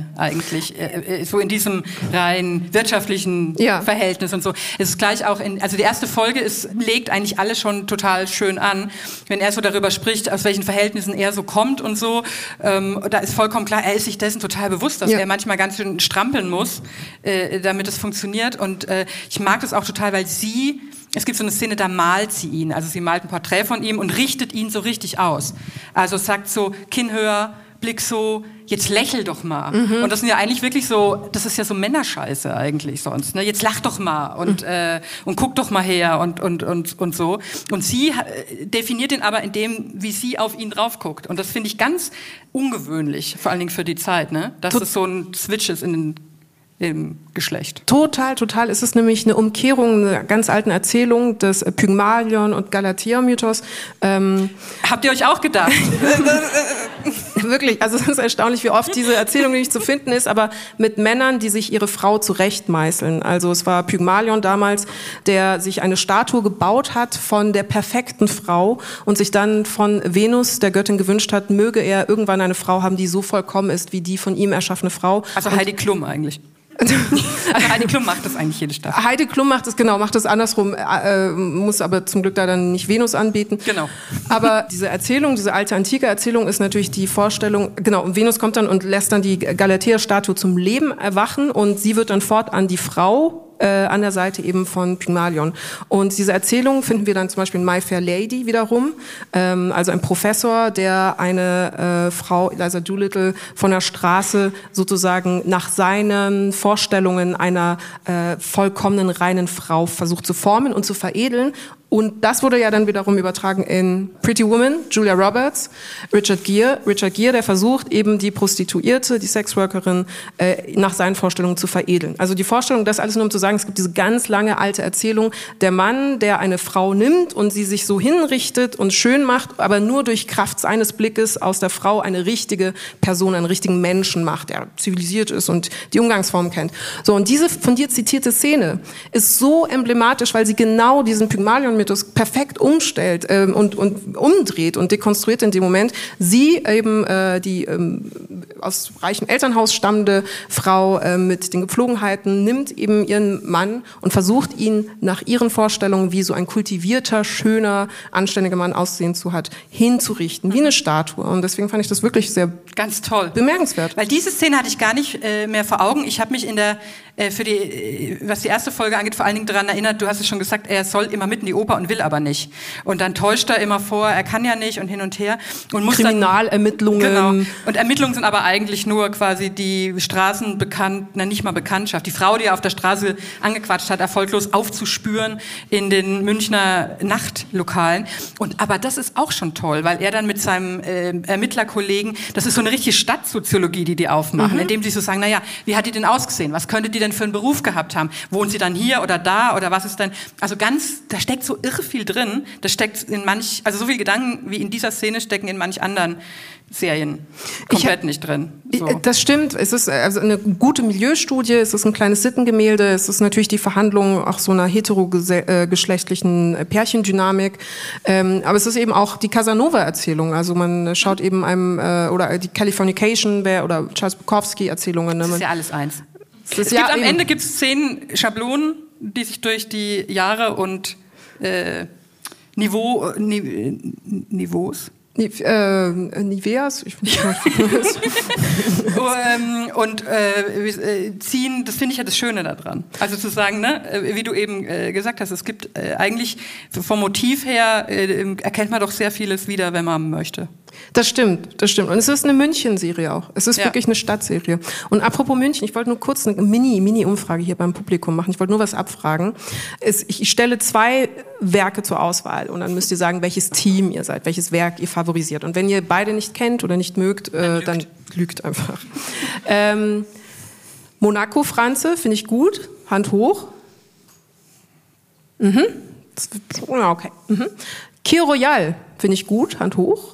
eigentlich, äh, so in diesem rein wirtschaftlichen ja. Verhältnis und so. Es ist gleich auch in, also die erste Folge ist, legt eigentlich alles schon total schön an, wenn er so darüber spricht, aus welchen Verhältnissen er so kommt und so. Ähm, da ist vollkommen klar, er ist sich dessen total bewusst, dass ja. er manchmal ganz schön strampeln muss, äh, damit es funktioniert. Und äh, ich mag das auch total, weil sie, es gibt so eine Szene, da malt sie ihn. Also sie malt ein Porträt von ihm und richtet ihn so richtig aus. Also sagt so, Kinn höher, Blick so, jetzt lächel doch mal. Mhm. Und das sind ja eigentlich wirklich so, das ist ja so Männerscheiße eigentlich sonst. Ne? Jetzt lach doch mal und, mhm. äh, und guck doch mal her und, und, und, und so. Und sie äh, definiert ihn aber in dem, wie sie auf ihn drauf guckt. Und das finde ich ganz ungewöhnlich, vor allen Dingen für die Zeit, ne? Dass es so ein Switch ist in den im Geschlecht. Total, total. Es ist nämlich eine Umkehrung einer ganz alten Erzählung des Pygmalion- und Galatea-Mythos. Ähm Habt ihr euch auch gedacht? Wirklich, also es ist erstaunlich, wie oft diese Erzählung nicht zu finden ist, aber mit Männern, die sich ihre Frau zurechtmeißeln. Also es war Pygmalion damals, der sich eine Statue gebaut hat von der perfekten Frau und sich dann von Venus, der Göttin, gewünscht hat, möge er irgendwann eine Frau haben, die so vollkommen ist wie die von ihm erschaffene Frau. Also Heidi Klum eigentlich. Also Heidi Klum macht das eigentlich jede Staffel. Heidi Klum macht es, genau, macht es andersrum, äh, muss aber zum Glück da dann nicht Venus anbieten. Genau. Aber diese Erzählung, diese alte antike Erzählung ist natürlich die Vorstellung, genau, und Venus kommt dann und lässt dann die Galatea-Statue zum Leben erwachen und sie wird dann fortan die Frau Äh, an der Seite eben von Pygmalion. Und diese Erzählung finden wir dann zum Beispiel in My Fair Lady wiederum, ähm, also ein Professor, der eine äh, Frau, Eliza Doolittle, von der Straße sozusagen nach seinen Vorstellungen einer äh, vollkommenen, reinen Frau versucht zu formen und zu veredeln. Und das wurde ja dann wiederum übertragen in Pretty Woman, Julia Roberts, Richard Gere. Richard Gere, der versucht eben die Prostituierte, die Sexworkerin, äh, nach seinen Vorstellungen zu veredeln. Also die Vorstellung, das alles nur um zu sagen, es gibt diese ganz lange alte Erzählung, der Mann, der eine Frau nimmt und sie sich so hinrichtet und schön macht, aber nur durch Kraft seines Blickes aus der Frau eine richtige Person, einen richtigen Menschen macht, der zivilisiert ist und die Umgangsform kennt. So, und diese von dir zitierte Szene ist so emblematisch, weil sie genau diesen Pygmalion Mythos perfekt umstellt ähm, und, und umdreht und dekonstruiert in dem Moment. Sie eben äh, die ähm, aus reichem Elternhaus stammende Frau äh, mit den Gepflogenheiten nimmt eben ihren Mann und versucht ihn nach ihren Vorstellungen, wie so ein kultivierter, schöner, anständiger Mann aussehen zu hat, hinzurichten, wie eine Statue. Und deswegen fand ich das wirklich sehr ganz toll, bemerkenswert. Weil diese Szene hatte ich gar nicht äh, mehr vor Augen. Ich habe mich in der äh, für die, äh, was die erste Folge angeht, vor allen Dingen daran erinnert. Du hast es schon gesagt, er soll immer mit in die Oper und will aber nicht. Und dann täuscht er immer vor, er kann ja nicht und hin und her. Und muss Kriminalermittlungen. Dann, genau. Und Ermittlungen sind aber eigentlich nur quasi die Straßenbekannt, na nicht mal Bekanntschaft, die Frau, die er auf der Straße angequatscht hat, erfolglos aufzuspüren in den Münchner Nachtlokalen. Und aber das ist auch schon toll, weil er dann mit seinem äh, Ermittlerkollegen, das ist so eine richtige Stadtsoziologie, die die aufmachen, mhm. indem sie so sagen, naja, wie hat die denn ausgesehen? Was könnte die denn für einen Beruf gehabt haben? Wohnt sie dann hier oder da oder was ist denn? Also ganz, da steckt so irre viel drin. Das steckt in manch, also so viele Gedanken wie in dieser Szene stecken in manch anderen Serien komplett hab, nicht drin. So. Das stimmt. Es ist also eine gute Milieustudie, es ist ein kleines Sittengemälde, es ist natürlich die Verhandlung auch so einer heterogeschlechtlichen Pärchendynamik. Ähm, aber es ist eben auch die Casanova-Erzählung. Also man schaut eben einem, äh, oder die Californication oder Charles Bukowski-Erzählungen. Das ist ja alles eins. Es es ja gibt, am Ende gibt es zehn Schablonen, die sich durch die Jahre und äh, Niveau, äh, Niveaus Äh, Niveas? Ich weiß nicht. ähm, und äh, ziehen, das finde ich ja das Schöne daran. Also zu sagen, ne, wie du eben äh, gesagt hast, es gibt äh, eigentlich vom Motiv her äh, erkennt man doch sehr vieles wieder, wenn man möchte. Das stimmt, das stimmt. Und es ist eine München-Serie auch. Es ist ja. wirklich eine Stadtserie. Und apropos München, ich wollte nur kurz eine Mini, Mini-Umfrage hier beim Publikum machen. Ich wollte nur was abfragen. Es, ich stelle zwei Werke zur Auswahl und dann müsst ihr sagen, welches Team ihr seid, welches Werk ihr favorisiert. Und wenn ihr beide nicht kennt oder nicht mögt, äh, dann lügt einfach. ähm, Monaco, Franze, finde ich gut. Hand hoch. Mhm. Ja, okay. Mhm. Kir Royal, finde ich gut. Hand hoch.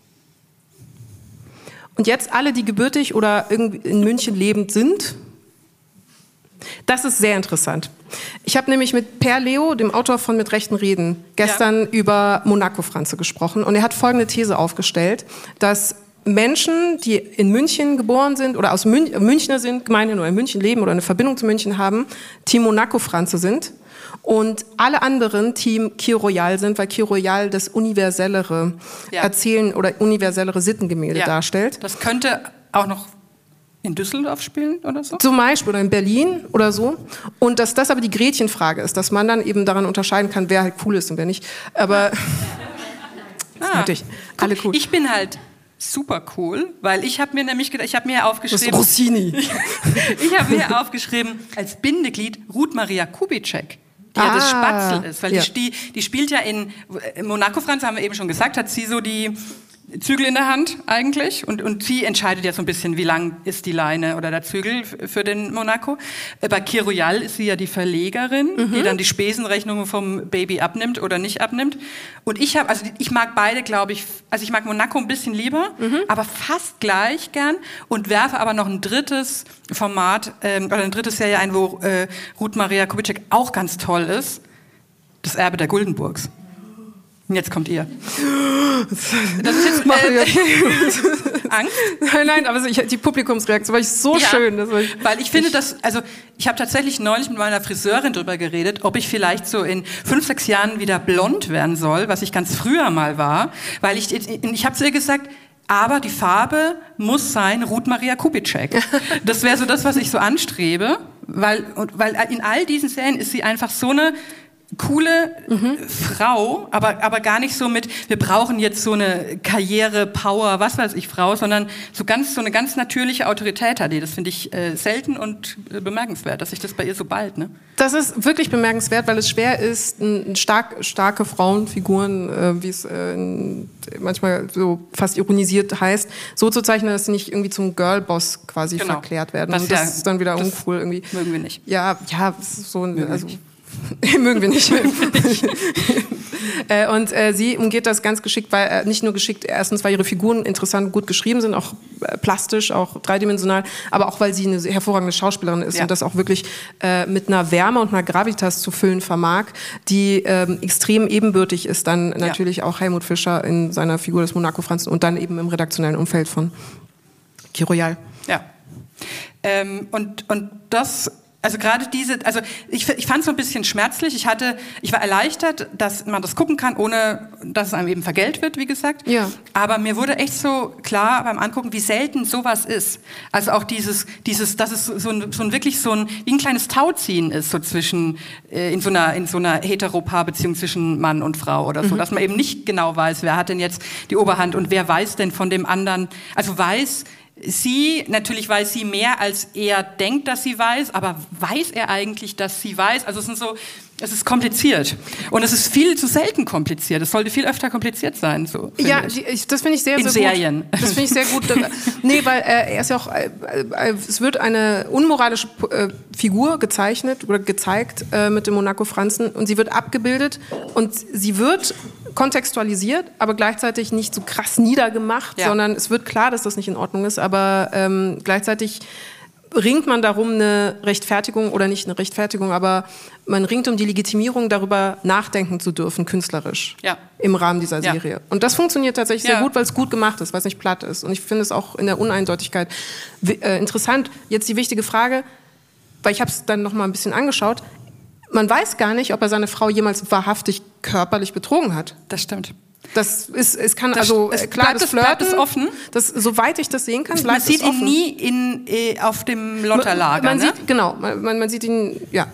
Und jetzt alle, die gebürtig oder irgendwie in München lebend sind. Das ist sehr interessant. Ich habe nämlich mit Per Leo, dem Autor von Mit rechten Reden, gestern ja. über Monaco, Franze gesprochen. Und er hat folgende These aufgestellt, dass Menschen, die in München geboren sind oder aus Mün- Münchner sind, gemeinhin oder in München leben oder eine Verbindung zu München haben, Team Monaco-Franze sind. Und alle anderen Team Kir Royal sind, weil Kir Royal das universellere ja. Erzählen oder universellere Sittengemälde ja. darstellt. Das könnte auch noch in Düsseldorf spielen oder so? Zum Beispiel oder in Berlin oder so. Und dass das aber die Gretchenfrage ist, dass man dann eben daran unterscheiden kann, wer halt cool ist und wer nicht. Aber ah. natürlich alle cool. Ich bin halt super cool, weil ich habe mir nämlich gedacht, ich habe mir aufgeschrieben, das ist Rossini. ich habe mir aufgeschrieben als Bindeglied Ruth Maria Kubitschek. Die ah, ja das Spatzel ist, weil ja. die, die spielt ja in, in Monaco-Franze, haben wir eben schon gesagt, hat sie so die Zügel in der Hand eigentlich und, und sie entscheidet ja so ein bisschen, wie lang ist die Leine oder der Zügel für den Monaco. Bei Kir Royal ist sie ja die Verlegerin, mhm. die dann die Spesenrechnungen vom Baby abnimmt oder nicht abnimmt. Und ich habe, also ich mag beide, glaube ich, also ich mag Monaco ein bisschen lieber, mhm. aber fast gleich gern und werfe aber noch ein drittes Format ähm, oder eine dritte Serie ein, wo äh, Ruth Maria Kubitschek auch ganz toll ist. Das Erbe der Guldenburgs. Und jetzt kommt ihr. Das ist jetzt äh, Angst? Nein, nein, aber ich, die Publikumsreaktion war ich so ja, schön. Das war ich, weil ich finde, dass, also ich habe tatsächlich neulich mit meiner Friseurin drüber geredet, ob ich vielleicht so in fünf, sechs Jahren wieder blond werden soll, was ich ganz früher mal war, weil ich, ich habe zu ihr gesagt, aber die Farbe muss sein Ruth Maria Kubitschek. Das wäre so das, was ich so anstrebe, weil, weil in all diesen Serien ist sie einfach so eine coole mhm. Frau, aber, aber gar nicht so mit, wir brauchen jetzt so eine Karriere, Power, was weiß ich, Frau, sondern so ganz so eine ganz natürliche Autorität hat die. Das finde ich äh, selten und äh, bemerkenswert, dass ich das bei ihr so bald, ne? Das ist wirklich bemerkenswert, weil es schwer ist, ein stark, starke Frauenfiguren, äh, wie es äh, manchmal so fast ironisiert heißt, so zu zeichnen, dass sie nicht irgendwie zum Girlboss quasi genau. verklärt werden. Das, und das ja, ist dann wieder uncool irgendwie. Mögen wir nicht. Ja, ja, das ist so ein, also mögen wir nicht. äh, und äh, sie umgeht das ganz geschickt, weil äh, nicht nur geschickt, erstens, weil ihre Figuren interessant gut geschrieben sind, auch äh, plastisch, auch dreidimensional, aber auch, weil sie eine hervorragende Schauspielerin ist ja. und das auch wirklich äh, mit einer Wärme und einer Gravitas zu füllen vermag, die ähm, extrem ebenbürtig ist dann natürlich ja. auch Helmut Fischer in seiner Figur des Monaco-Franzen und dann eben im redaktionellen Umfeld von Kir Royal. Ja. Ähm, und, und das... Also gerade diese, also ich, ich fand es so ein bisschen schmerzlich. Ich hatte, ich war erleichtert, dass man das gucken kann, ohne dass es einem eben vergällt wird, wie gesagt. Ja. Aber mir wurde echt so klar beim Angucken, wie selten sowas ist. Also auch dieses, dieses, dass es so ein, so ein wirklich so ein wie ein kleines Tauziehen ist, so zwischen äh, in so einer in so einer Heteropaarbeziehung zwischen Mann und Frau oder so, mhm. dass man eben nicht genau weiß, wer hat denn jetzt die Oberhand und wer weiß denn von dem anderen. Also weiß Sie, natürlich weiß sie mehr, als er denkt, dass sie weiß, aber weiß er eigentlich, dass sie weiß? Also es sind so, es ist kompliziert. Und es ist viel zu selten kompliziert. Es sollte viel öfter kompliziert sein, so. Ja, die, ich, das finde ich sehr, In sehr Serien. gut. Das finde ich sehr gut. Nee, weil äh, er ist ja auch, äh, äh, es wird eine unmoralische äh, Figur gezeichnet oder gezeigt äh, mit dem Monaco-Franzen und sie wird abgebildet und sie wird kontextualisiert, aber gleichzeitig nicht so krass niedergemacht, ja. sondern es wird klar, dass das nicht in Ordnung ist, aber ähm, gleichzeitig ringt man darum eine Rechtfertigung oder nicht eine Rechtfertigung, aber man ringt um die Legitimierung, darüber nachdenken zu dürfen, künstlerisch, ja. im Rahmen dieser Serie. Ja. Und das funktioniert tatsächlich ja. sehr gut, weil es gut gemacht ist, weil es nicht platt ist. Und ich finde es auch in der Uneindeutigkeit äh, interessant. Jetzt die wichtige Frage, weil ich habe es dann noch mal ein bisschen angeschaut, man weiß gar nicht, ob er seine Frau jemals wahrhaftig körperlich betrogen hat. Das stimmt. Das ist, es kann das, also es klar, bleibt das Flirten, bleibt es offen. Das, soweit ich das sehen kann, bleibt man sieht es offen. ihn nie in, äh, auf dem Lotterlager. Man, man ne? sieht genau, man, man, man sieht ihn, ja.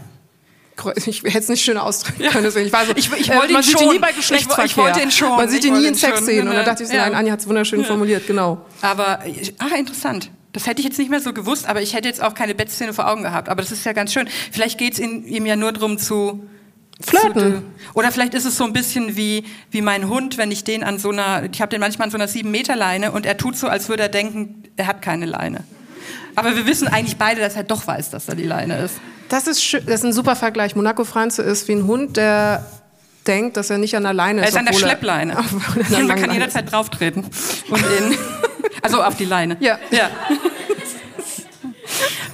Ich hätte es nicht schöner ausdrücken können, deswegen ich war so, ich, ich wollte äh, man ihn sieht schon. ihn nie bei Geschlechtsverkehr. Ich, ich wollte ihn schon. Man sieht ihn nie in Sexszenen. Und da dachte ich so, ja. nein, Anja hat es wunderschön ja. formuliert, genau. Aber, ah, interessant. Das hätte ich jetzt nicht mehr so gewusst, aber ich hätte jetzt auch keine Bettszene vor Augen gehabt. Aber das ist ja ganz schön. Vielleicht geht es ihm ja nur darum zu flirten. Oder vielleicht ist es so ein bisschen wie, wie mein Hund, wenn ich den an so einer, ich habe den manchmal an so einer sieben Meter Leine und er tut so, als würde er denken, er hat keine Leine. Aber wir wissen eigentlich beide, dass er doch weiß, dass da die Leine ist. Das ist, schön, das ist ein super Vergleich. Monaco-Franze ist wie ein Hund, der denkt, dass er nicht an der Leine ist. Er ist an der Schleppleine. Er, man kann jederzeit drauf treten. Und ihn, also auf die Leine. Ja. Ja. Ja.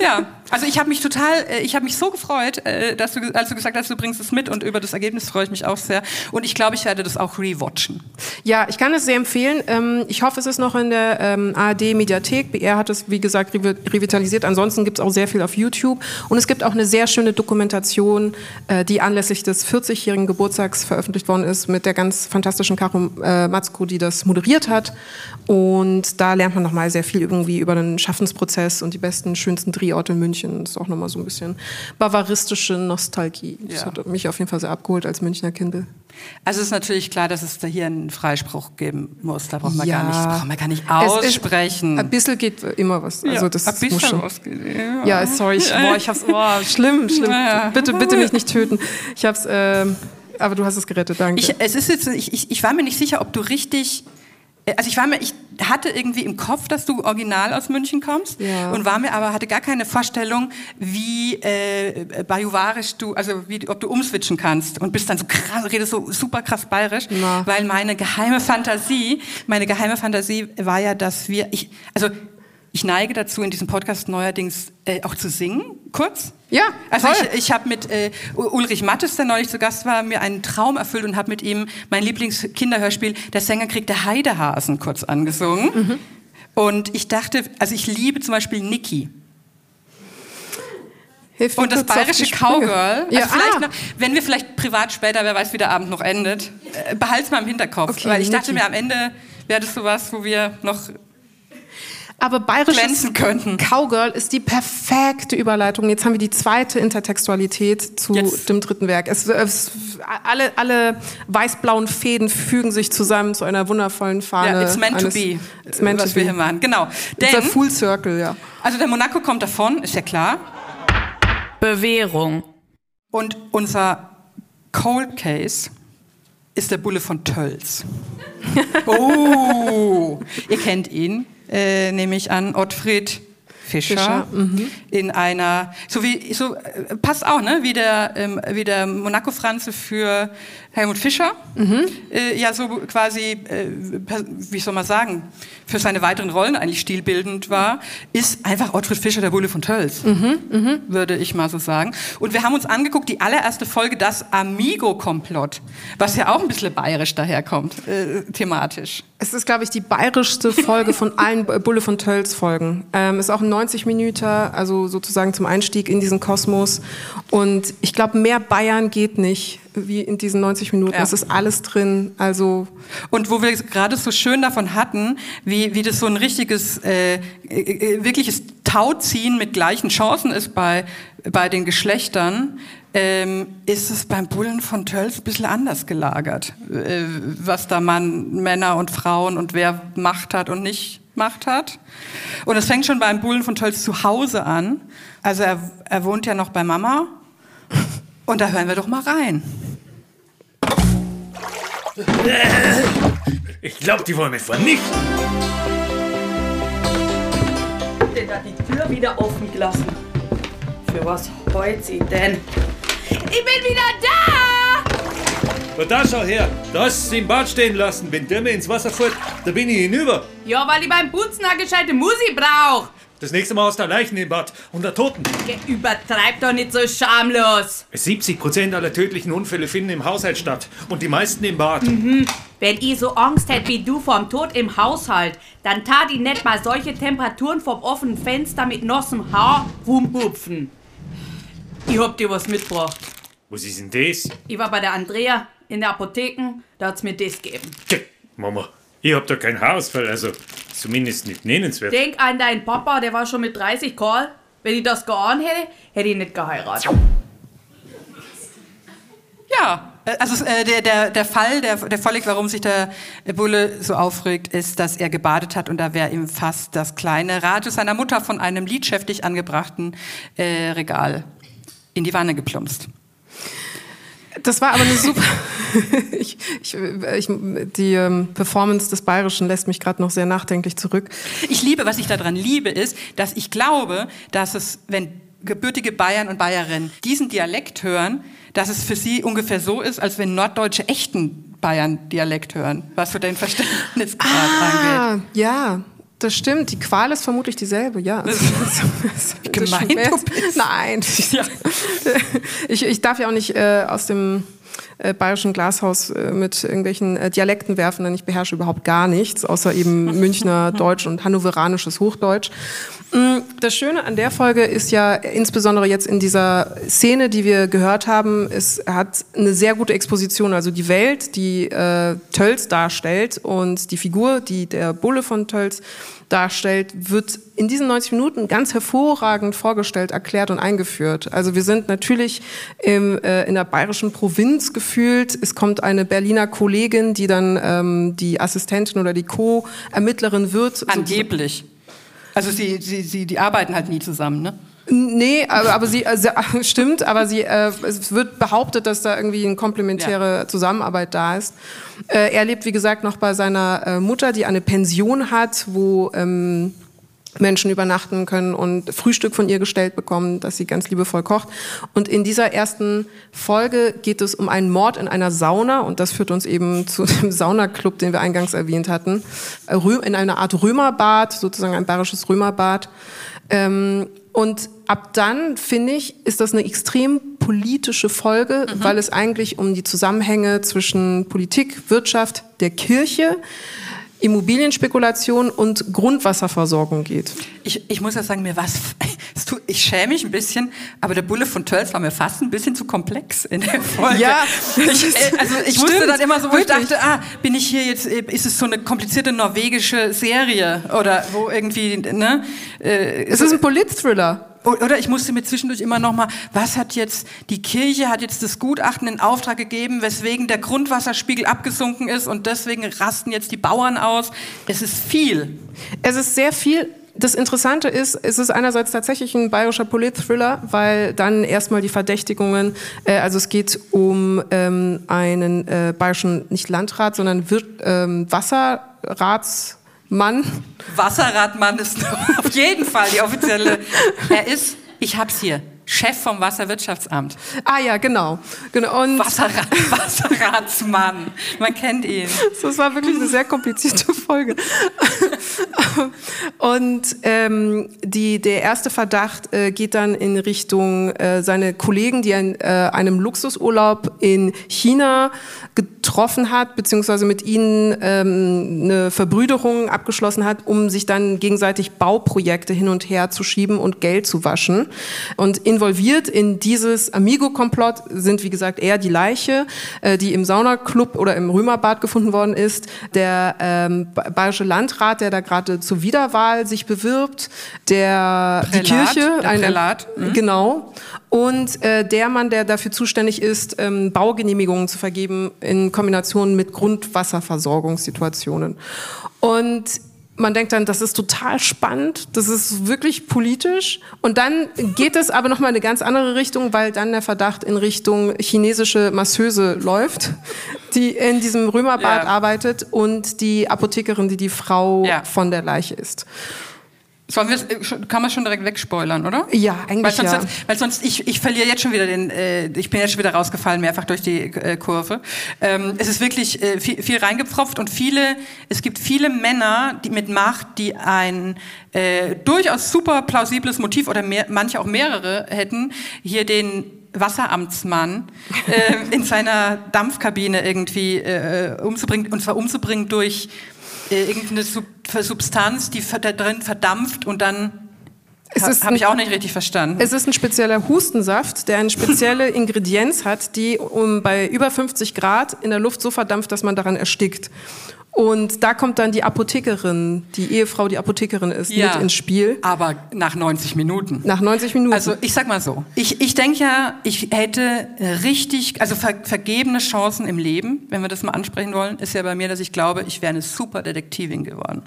Also ich habe mich total, ich habe mich so gefreut, dass du, als du gesagt hast, du bringst es mit und über das Ergebnis freue ich mich auch sehr. Und ich glaube, ich werde das auch rewatchen. Ja, ich kann es sehr empfehlen. Ich hoffe, es ist noch in der A R D-Mediathek. B R hat es, wie gesagt, revitalisiert. Ansonsten gibt es auch sehr viel auf YouTube. Und es gibt auch eine sehr schöne Dokumentation, die anlässlich des vierzigjährigen Geburtstags veröffentlicht worden ist, mit der ganz fantastischen Caro Matzko, die das moderiert hat. Und da lernt man nochmal sehr viel irgendwie über den Schaffensprozess und die besten, schönsten Drehorte in München. Das ist auch nochmal so ein bisschen bavaristische Nostalgie. Das ja. hat mich auf jeden Fall sehr abgeholt als Münchner Kindle. Also es ist natürlich klar, dass es da hier einen Freispruch geben muss. Da braucht man, ja. gar, nicht, braucht man gar nicht aussprechen. Ist, ein bisschen geht immer was. Also ja, das ein bisschen muss schon. was geht. Ja, ja sorry. Ich, boah, ich hab's, boah, schlimm, schlimm. Ja. Bitte, bitte mich nicht töten. Ich hab's, äh, aber du hast es gerettet, danke. Ich, es ist jetzt, ich, ich, ich war mir nicht sicher, ob du richtig... Also ich war mir, ich hatte irgendwie im Kopf, dass du original aus München kommst ja. und war mir aber hatte gar keine Vorstellung, wie äh, bajuwarisch du, also wie, ob du umswitchen kannst und bist dann so krass, redest so super krass bayerisch, Na. weil meine geheime Fantasie, meine geheime Fantasie war ja, dass wir, ich, also ich neige dazu, in diesem Podcast neuerdings äh, auch zu singen, kurz. Ja, also toll. ich, ich habe mit äh, Ulrich Mattes, der neulich zu Gast war, mir einen Traum erfüllt und habe mit ihm mein Lieblingskinderhörspiel Der Sänger kriegt der Heidehasen kurz angesungen. Mhm. Und ich dachte, also ich liebe zum Beispiel Niki. Hilf und das bayerische Cowgirl, ja, also vielleicht ah. noch, wenn wir vielleicht privat später, wer weiß, wie der Abend noch endet, äh, behalt's mal im Hinterkopf. Okay, weil ich Niki. dachte mir, am Ende wäre das sowas, wo wir noch... Aber bayerisches könnten. Cowgirl ist die perfekte Überleitung. Jetzt haben wir die zweite Intertextualität zu Jetzt. dem dritten Werk. Es, es, alle, alle weiß-blauen Fäden fügen sich zusammen zu einer wundervollen Fahne. Ja, it's meant eines, to be, it's meant was to wir be. hier machen. Genau. It's a Denn, full circle, ja. also der Monaco kommt davon, ist ja klar. Bewährung. Und unser Cold Case ist der Bulle von Tölz. Oh, ihr kennt ihn. Äh, nehme ich an, Ottfried Fischer, Fischer mhm. in einer, so wie, so, äh, passt auch, ne, wie der, ähm, wie der Monaco-Franze für Helmut Fischer, mhm. äh, ja, so quasi, äh, wie soll man sagen, für seine weiteren Rollen eigentlich stilbildend war, ist einfach Ottfried Fischer der Bulle von Tölz, mhm. Mhm. würde ich mal so sagen. Und wir haben uns angeguckt, die allererste Folge, das Amigo-Komplott, was ja auch ein bisschen bayerisch daherkommt, äh, thematisch. Es ist, glaube ich, die bayerischste Folge von allen Bulle von Tölz Folgen. Ähm, ist auch ein neunzig Minüter, also sozusagen zum Einstieg in diesen Kosmos. Und ich glaube, mehr Bayern geht nicht wie in diesen neunzig Minuten. Ja. Es ist alles drin. Also und wo wir gerade so schön davon hatten, wie, wie das so ein richtiges, äh, äh, wirkliches Tauziehen mit gleichen Chancen ist bei, bei den Geschlechtern, ähm, ist es beim Bullen von Tölz ein bisschen anders gelagert. Äh, was da Mann, Männer und Frauen und wer Macht hat und nicht Macht hat. Und es fängt schon beim Bullen von Tölz zu Hause an. Also er, er wohnt ja noch bei Mama. Und da hören wir doch mal rein. Ich glaube, die wollen mich vernichten. Denn da die Tür wieder offen gelassen. Für was heult sie denn? Ich bin wieder da! Und da schau her, da hast du sie im Bad stehen lassen. Wenn der mir ins Wasser fällt, da bin ich hinüber. Ja, weil ich beim Putzen eine gescheite Musi brauch. Das nächste Mal aus der Leichen im Bad und der Toten. Geh, übertreib doch nicht so schamlos. siebzig Prozent aller tödlichen Unfälle finden im Haushalt statt und die meisten im Bad. Mhm. Wenn ich so Angst hätte wie du vorm Tod im Haushalt, dann tat ich nicht mal solche Temperaturen vom offenen Fenster mit nassem Haar rumhupfen. Ich hab dir was mitgebracht. Was ist denn das? Ich war bei der Andrea in der Apotheke, da hat's mir das gegeben. Tja, Mama, ich hab da keinen Haarausfall, also zumindest nicht nennenswert. Denk an deinen Papa, der war schon mit dreißig Karl. Wenn ich das geahnt hätte, hätte ich nicht geheiratet. Ja, also äh, der, der, der Fall, der, der vorliegt, warum sich der Bulle so aufregt, ist, dass er gebadet hat und da wäre ihm fast das kleine Radio seiner Mutter von einem liedschäftig angebrachten äh, Regal in die Wanne geplumpst. das war aber eine super... ich, ich, ich, die ähm, Performance des Bayerischen lässt mich gerade noch sehr nachdenklich zurück. Ich liebe, was ich daran liebe, ist, dass ich glaube, dass es, wenn gebürtige Bayern und Bayerinnen diesen Dialekt hören, dass es für sie ungefähr so ist, als wenn Norddeutsche echten Bayern-Dialekt hören, was für den Verständnisgrad ah, angeht. Ja, Das stimmt, die Qual ist vermutlich dieselbe, ja. Das ist gemein, du bist. Nein. Ja. Ich, ich darf ja auch nicht äh, aus dem äh, bayerischen Glashaus äh, mit irgendwelchen äh, Dialekten werfen, denn ich beherrsche überhaupt gar nichts, außer eben Münchner Deutsch und hannoveranisches Hochdeutsch. Das Schöne an der Folge ist ja insbesondere jetzt in dieser Szene, die wir gehört haben, es hat eine sehr gute Exposition, also die Welt, die äh, Tölz darstellt und die Figur, die der Bulle von Tölz darstellt, wird in diesen neunzig Minuten ganz hervorragend vorgestellt, erklärt und eingeführt. Also wir sind natürlich im, äh, in der bayerischen Provinz gefühlt. Es kommt eine Berliner Kollegin, die dann ähm, die Assistentin oder die Co-Ermittlerin wird. Angeblich. Also sie, sie, sie, die arbeiten halt nie zusammen, ne? Nee, aber, aber sie, äh, stimmt, aber sie, äh, es wird behauptet, dass da irgendwie eine komplementäre ja. Zusammenarbeit da ist. Äh, er lebt, wie gesagt, noch bei seiner äh, Mutter, die eine Pension hat, wo ähm, Menschen übernachten können und Frühstück von ihr gestellt bekommen, das sie ganz liebevoll kocht. Und in dieser ersten Folge geht es um einen Mord in einer Sauna und das führt uns eben zu dem Saunaclub, den wir eingangs erwähnt hatten, in einer Art Römerbad, sozusagen ein bayerisches Römerbad. Ähm, und ab dann, finde ich, ist das eine extrem politische Folge, mhm. weil es eigentlich um die Zusammenhänge zwischen Politik, Wirtschaft, der Kirche, Immobilienspekulation und Grundwasserversorgung geht. Ich, ich muss ja sagen, mir was, ich schäme mich ein bisschen, aber der Bulle von Tölz war mir fast ein bisschen zu komplex in der Folge. Ja, ich, also ich wusste dann immer so, wo wirklich? Ich dachte, ah, bin ich hier jetzt, ist es so eine komplizierte norwegische Serie oder wo irgendwie, ne? Äh, es ist ein Polit-Thriller. Oder ich musste mir zwischendurch immer noch mal, was hat jetzt, die Kirche hat jetzt das Gutachten in Auftrag gegeben, weswegen der Grundwasserspiegel abgesunken ist und deswegen rasten jetzt die Bauern aus. Es ist viel. Es ist sehr viel. Das Interessante ist, es ist einerseits tatsächlich ein bayerischer Polit-Thriller, weil dann erstmal die Verdächtigungen, äh, also es geht um ähm, einen äh, bayerischen, nicht Landrat, sondern Wir- ähm, Wasserrats... Mann. Wasserradmann ist auf jeden Fall die offizielle. Er ist, ich hab's hier, Chef vom Wasserwirtschaftsamt. Ah ja, genau. genau. Und Wasserrad, Wasserratsmann, man kennt ihn. Das war wirklich eine sehr komplizierte Folge. Und ähm, die, der erste Verdacht äh, geht dann in Richtung äh, seine Kollegen, die an äh, einem Luxusurlaub in China getroffen hat, beziehungsweise mit ihnen ähm, eine Verbrüderung abgeschlossen hat, um sich dann gegenseitig Bauprojekte hin und her zu schieben und Geld zu waschen. Und involviert in dieses Amigo-Komplott sind, wie gesagt, eher die Leiche, äh, die im Saunaclub oder im Römerbad gefunden worden ist, der ähm, bayerische Landrat, der da gerade zur Wiederwahl sich bewirbt, der Prälat, die Kirche, der ein, Prälat. Mhm. Genau, und äh, der Mann, der dafür zuständig ist, ähm, Baugenehmigungen zu vergeben in Kombination mit Grundwasserversorgungssituationen. Und man denkt dann, das ist total spannend, das ist wirklich politisch. Und dann geht es aber nochmal in eine ganz andere Richtung, weil dann der Verdacht in Richtung chinesische Masseuse läuft, die in diesem Römerbad ja. arbeitet und die Apothekerin, die die Frau ja. von der Leiche ist. Sollen wir, kann man schon direkt wegspoilern, oder? Ja, eigentlich weil sonst, ja. Weil sonst, ich, ich verliere jetzt schon wieder den, äh, ich bin jetzt schon wieder rausgefallen, mehrfach durch die äh, Kurve. Ähm, es ist wirklich äh, viel, viel reingepfropft und viele, es gibt viele Männer, die mit Macht, die ein äh, durchaus super plausibles Motiv oder mehr, manche auch mehrere hätten, hier den Wasseramtsmann äh, in seiner Dampfkabine irgendwie äh, umzubringen, und zwar umzubringen durch irgendeine Substanz, die da drin verdampft und dann habe ich auch nicht richtig verstanden. Es ist ein spezieller Hustensaft, der eine spezielle Ingredienz hat, die um bei über fünfzig Grad in der Luft so verdampft, dass man daran erstickt. Und da kommt dann die Apothekerin, die Ehefrau, die Apothekerin ist, ja, mit ins Spiel. Aber nach neunzig Minuten. Nach neunzig Minuten. Also ich sag mal so, ich, ich denke ja, ich hätte richtig, also ver, vergebene Chancen im Leben, wenn wir das mal ansprechen wollen, ist ja bei mir, dass ich glaube, ich wäre eine super Detektivin geworden.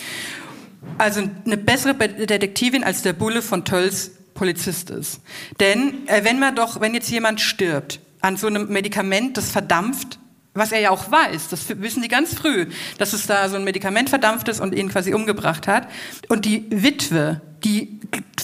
Also eine bessere Detektivin, als der Bulle von Tölz Polizist ist. Denn äh, wenn man doch, wenn jetzt jemand stirbt an so einem Medikament, das verdampft, was er ja auch weiß, das wissen die ganz früh, dass es da so ein Medikament verdampft ist und ihn quasi umgebracht hat. Und die Witwe, die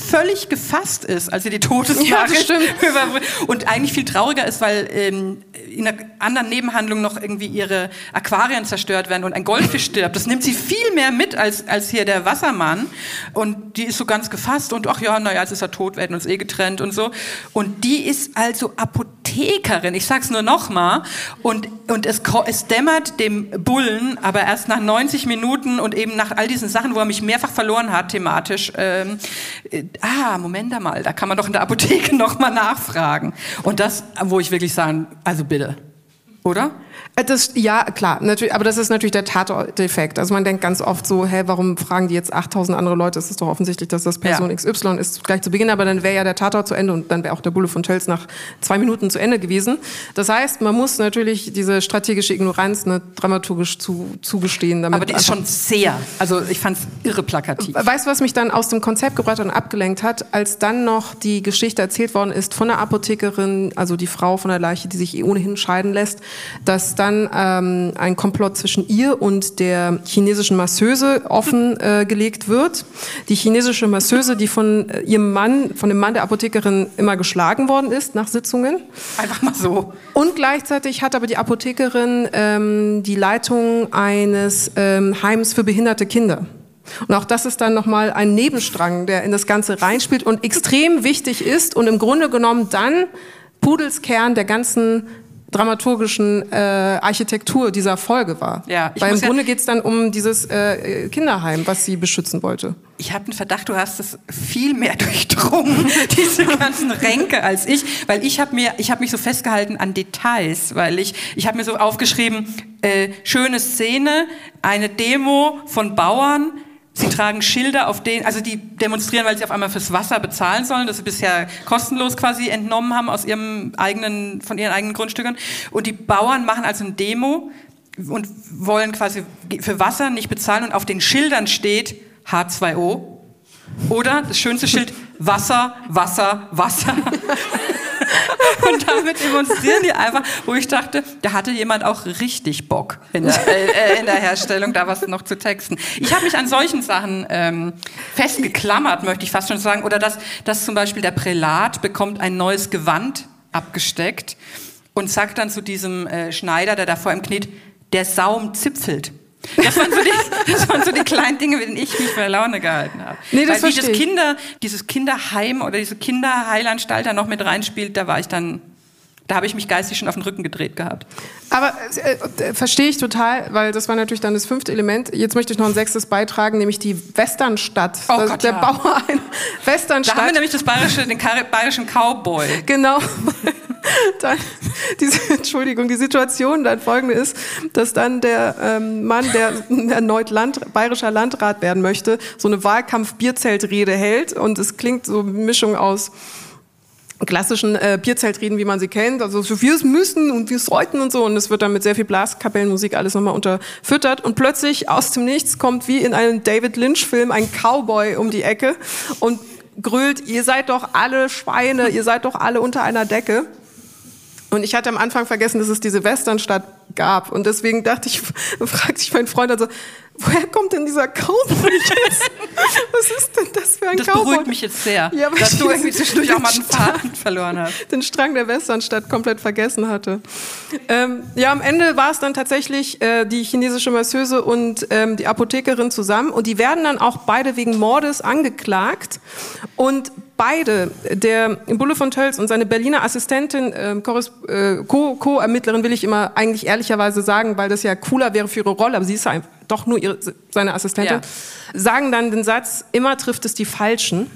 völlig gefasst ist, als sie die Todesnachricht ja, und eigentlich viel trauriger ist, weil ähm, in einer anderen Nebenhandlung noch irgendwie ihre Aquarien zerstört werden und ein Goldfisch stirbt. Das nimmt sie viel mehr mit als, als hier der Wassermann. Und die ist so ganz gefasst und ach ja, naja, jetzt ist er tot, wir hätten uns eh getrennt und so. Und die ist also Apothekerin, ich sag's nur noch mal. Und, und es, es dämmert dem Bullen, aber erst nach neunzig Minuten und eben nach all diesen Sachen, wo er mich mehrfach verloren hat, thematisch, ähm, äh, ah, Moment einmal, da kann man doch in der Apotheke noch mal nachfragen. Und das, wo ich wirklich sagen, also bitte, oder? Das, ja, klar, natürlich, aber das ist natürlich der Tatort-Defekt. Also man denkt ganz oft so, hä, warum fragen die jetzt achttausend andere Leute? Es ist doch offensichtlich, dass das Person ja. X Y ist gleich zu Beginn, aber dann wäre ja der Tatort zu Ende und dann wäre auch der Bulle von Tölz nach zwei Minuten zu Ende gewesen. Das heißt, man muss natürlich diese strategische Ignoranz ne, dramaturgisch zu, zugestehen. Damit aber die ist schon sehr, also ich fand es irre plakativ. Weißt du, was mich dann aus dem Konzept gebracht und abgelenkt hat, als dann noch die Geschichte erzählt worden ist von der Apothekerin, also die Frau von der Leiche, die sich ohnehin scheiden lässt, dass dann ähm, ein Komplott zwischen ihr und der chinesischen Masseuse offengelegt äh, wird. Die chinesische Masseuse, die von äh, ihrem Mann, von dem Mann der Apothekerin immer geschlagen worden ist nach Sitzungen. Einfach mal so. Und gleichzeitig hat aber die Apothekerin ähm, die Leitung eines ähm, Heims für behinderte Kinder. Und auch das ist dann nochmal ein Nebenstrang, der in das Ganze reinspielt und extrem wichtig ist und im Grunde genommen dann Pudelskern der ganzen dramaturgischen äh, Architektur dieser Folge war. Ja, ich Weil im muss Grunde ja, geht es dann um dieses äh, Kinderheim, was sie beschützen wollte. Ich habe einen Verdacht, du hast es viel mehr durchdrungen, diese ganzen Ränke, als ich, weil ich habe mir, ich habe mich so festgehalten an Details, weil ich, ich habe mir so aufgeschrieben, äh, schöne Szene, eine Demo von Bauern. Sie tragen Schilder, auf denen, also die demonstrieren, weil sie auf einmal fürs Wasser bezahlen sollen, das sie bisher kostenlos quasi entnommen haben aus ihrem eigenen, von ihren eigenen Grundstücken. Und die Bauern machen also eine Demo und wollen quasi für Wasser nicht bezahlen und auf den Schildern steht H zwei O oder das schönste Schild Wasser, Wasser, Wasser. Und damit demonstrieren die einfach, wo ich dachte, da hatte jemand auch richtig Bock in der, äh, in der Herstellung, da was noch zu texten. Ich habe mich an solchen Sachen ähm, festgeklammert, möchte ich fast schon sagen. Oder dass, dass zum Beispiel der Prälat bekommt ein neues Gewand abgesteckt und sagt dann zu diesem äh, Schneider, der da vor ihm kniet, der Saum zipfelt. Das waren, so die, das waren so die kleinen Dinge, mit denen ich mich für Laune gehalten habe. Nee, das Weil dieses, Kinder, dieses Kinderheim oder diese Kinderheilanstalt da noch mit reinspielt, da war ich dann, da habe ich mich geistig schon auf den Rücken gedreht gehabt. Aber äh, verstehe ich total, weil das war natürlich dann das fünfte Element. Jetzt möchte ich noch ein sechstes beitragen, nämlich die Westernstadt. Oh also Gott, der ja. Bauer ein Westernstadt. Da haben wir nämlich das bayerische, den bayerischen Cowboy. Genau. Dann, diese, Entschuldigung, die Situation dann folgende ist, dass dann der ähm, Mann, der erneut Land, bayerischer Landrat werden möchte, so eine Wahlkampf-Bierzeltrede hält und es klingt so eine Mischung aus klassischen äh, Bierzeltreden, wie man sie kennt, also so wir müssen und wir sollten und so und es wird dann mit sehr viel Blaskapellenmusik alles nochmal unterfüttert und plötzlich aus dem Nichts kommt wie in einem David Lynch-Film ein Cowboy um die Ecke und grölt, ihr seid doch alle Schweine, ihr seid doch alle unter einer Decke. Und ich hatte am Anfang vergessen, dass es diese Westernstadt gab. Und deswegen dachte ich, fragte ich meinen Freund also, woher kommt denn dieser Cowboy jetzt? Was ist denn das für ein das Cowboy? Das beruhigt mich jetzt sehr, ja, dass du irgendwie zwischendurch auch mal den Faden verloren hast. Den Strang der Westernstadt komplett vergessen hatte. Ähm, ja, am Ende war es dann tatsächlich äh, die chinesische Masseuse und ähm, die Apothekerin zusammen. Und die werden dann auch beide wegen Mordes angeklagt. Und beide, der Bulle von Tölz und seine Berliner Assistentin, äh, äh, Co-Ermittlerin, will ich immer eigentlich ehrlicherweise sagen, weil das ja cooler wäre für ihre Rolle, aber sie ist ja doch nur ihre, seine Assistentin, ja. sagen dann den Satz, immer trifft es die Falschen.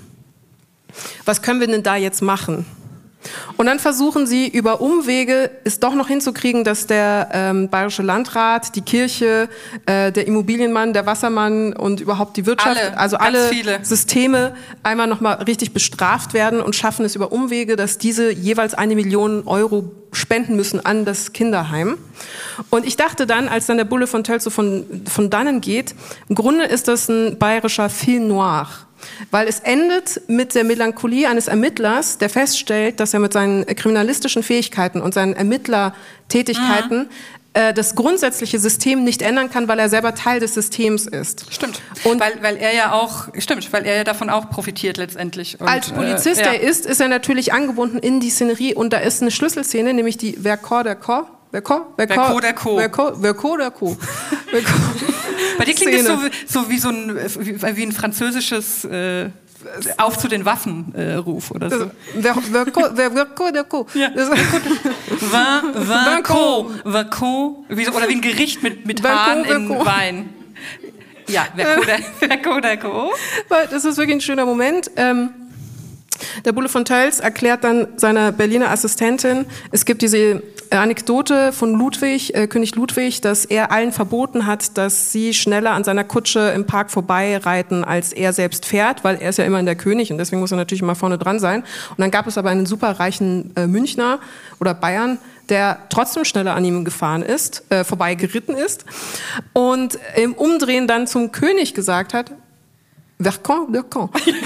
Was können wir denn da jetzt machen? Und dann versuchen sie über Umwege es doch noch hinzukriegen, dass der ähm, bayerische Landrat, die Kirche, äh, der Immobilienmann, der Wassermann und überhaupt die Wirtschaft, alle, also alle viele. Systeme einmal nochmal richtig bestraft werden und schaffen es über Umwege, dass diese jeweils eine Million Euro spenden müssen an das Kinderheim. Und ich dachte dann, als dann der Bulle von Tölz so von, von dannen geht, im Grunde ist das ein bayerischer Film noir. Weil es endet mit der Melancholie eines Ermittlers, der feststellt, dass er mit seinen kriminalistischen Fähigkeiten und seinen Ermittlertätigkeiten mhm. äh, das grundsätzliche System nicht ändern kann, weil er selber Teil des Systems ist. Stimmt. Und weil, weil er ja auch, stimmt, weil er ja davon auch profitiert letztendlich. Und, als Polizist, äh, ja. der ist, ist er natürlich angebunden in die Szenerie und da ist eine Schlüsselszene, nämlich die Vercors der Corps. Vercors? Vercors der Co. Vercors der Co. Bei dir klingt es so, so wie so ein, wie ein französisches äh, Auf zu den Waffen äh, Ruf oder so. Vercors der Co. Vercors, oder wie ein Gericht mit, mit Hahn in Wein. Ja, Vercors der Co. Das ist wirklich ein schöner Moment. Ähm, Der Bulle von Tölz erklärt dann seiner Berliner Assistentin, es gibt diese Anekdote von Ludwig, äh, König Ludwig, dass er allen verboten hat, dass sie schneller an seiner Kutsche im Park vorbeireiten, als er selbst fährt, weil er ist ja immer der König und deswegen muss er natürlich immer vorne dran sein. Und dann gab es aber einen superreichen äh, Münchner oder Bayern, der trotzdem schneller an ihm gefahren ist, äh, vorbeigeritten ist und im Umdrehen dann zum König gesagt hat, Vercors der Co.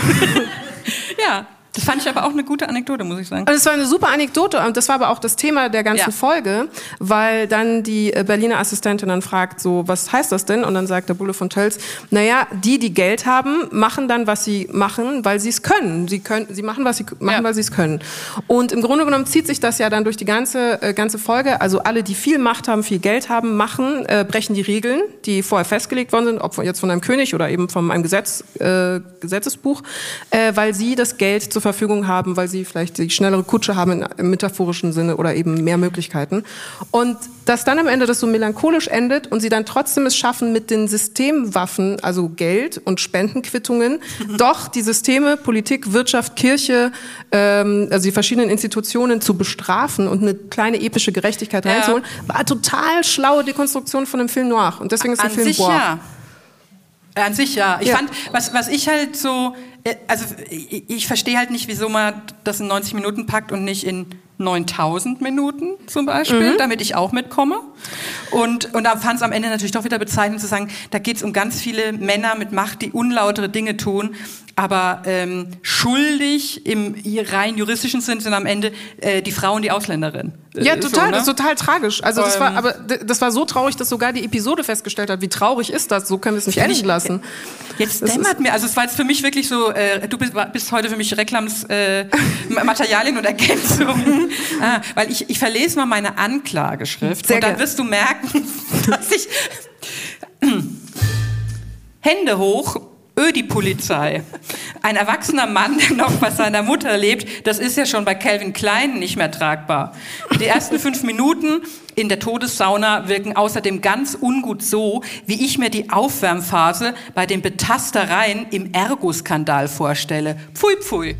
Ja. Das fand ich aber auch eine gute Anekdote, muss ich sagen. Und es war eine super Anekdote und das war aber auch das Thema der ganzen ja. Folge, weil dann die Berliner Assistentin dann fragt, so, was heißt das denn? Und dann sagt der Bulle von Tölz, naja, die, die Geld haben, machen dann, was sie machen, weil sie es können. Sie können, sie machen, was sie machen, ja. weil sie es können. Und im Grunde genommen zieht sich das ja dann durch die ganze, äh, ganze Folge. Also alle, die viel Macht haben, viel Geld haben, machen, äh, brechen die Regeln, die vorher festgelegt worden sind, ob jetzt von einem König oder eben von einem Gesetz, äh, Gesetzesbuch, äh, weil sie das Geld zur Verfügung haben, weil sie vielleicht die schnellere Kutsche haben im metaphorischen Sinne oder eben mehr Möglichkeiten. Und dass dann am Ende das so melancholisch endet und sie dann trotzdem es schaffen, mit den Systemwaffen, also Geld und Spendenquittungen, doch die Systeme, Politik, Wirtschaft, Kirche, ähm, also die verschiedenen Institutionen zu bestrafen und eine kleine epische Gerechtigkeit reinzuholen, ja. war total schlaue Dekonstruktion von dem Film Noir. Und deswegen ist der An Film sich boah. ja. An sich ja. Ich ja. fand, was, was ich halt so, also ich, ich verstehe halt nicht, wieso man das in neunzig Minuten packt und nicht in neuntausend Minuten zum Beispiel, mhm. damit ich auch mitkomme. Und, und da fand es am Ende natürlich doch wieder bezeichnend zu sagen, da geht es um ganz viele Männer mit Macht, die unlautere Dinge tun, aber ähm, schuldig im rein juristischen Sinn sind am Ende äh, die Frau und die Ausländerin. Ja, total, so, ne? Das ist total tragisch. Also das ähm, war, aber das war so traurig, dass sogar die Episode festgestellt hat, wie traurig ist das, so können wir es nicht enden lassen. Jetzt das dämmert mir, also es war jetzt für mich wirklich so, äh, du bist, bist heute für mich Reklams äh, Materialien und Ergänzungen, ah, weil ich, ich verlese mal meine Anklageschrift Sehr und dann gern. wirst du merken, dass ich Hände hoch, Ö, die Polizei. Ein erwachsener Mann, der noch bei seiner Mutter lebt, das ist ja schon bei Calvin Klein nicht mehr tragbar. Die ersten fünf Minuten in der Todessauna wirken außerdem ganz ungut so, wie ich mir die Aufwärmphase bei den Betastereien im Ergo-Skandal vorstelle. Pfui, pfui.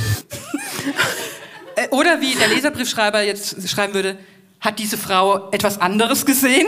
Oder wie der Leserbriefschreiber jetzt schreiben würde, hat diese Frau etwas anderes gesehen?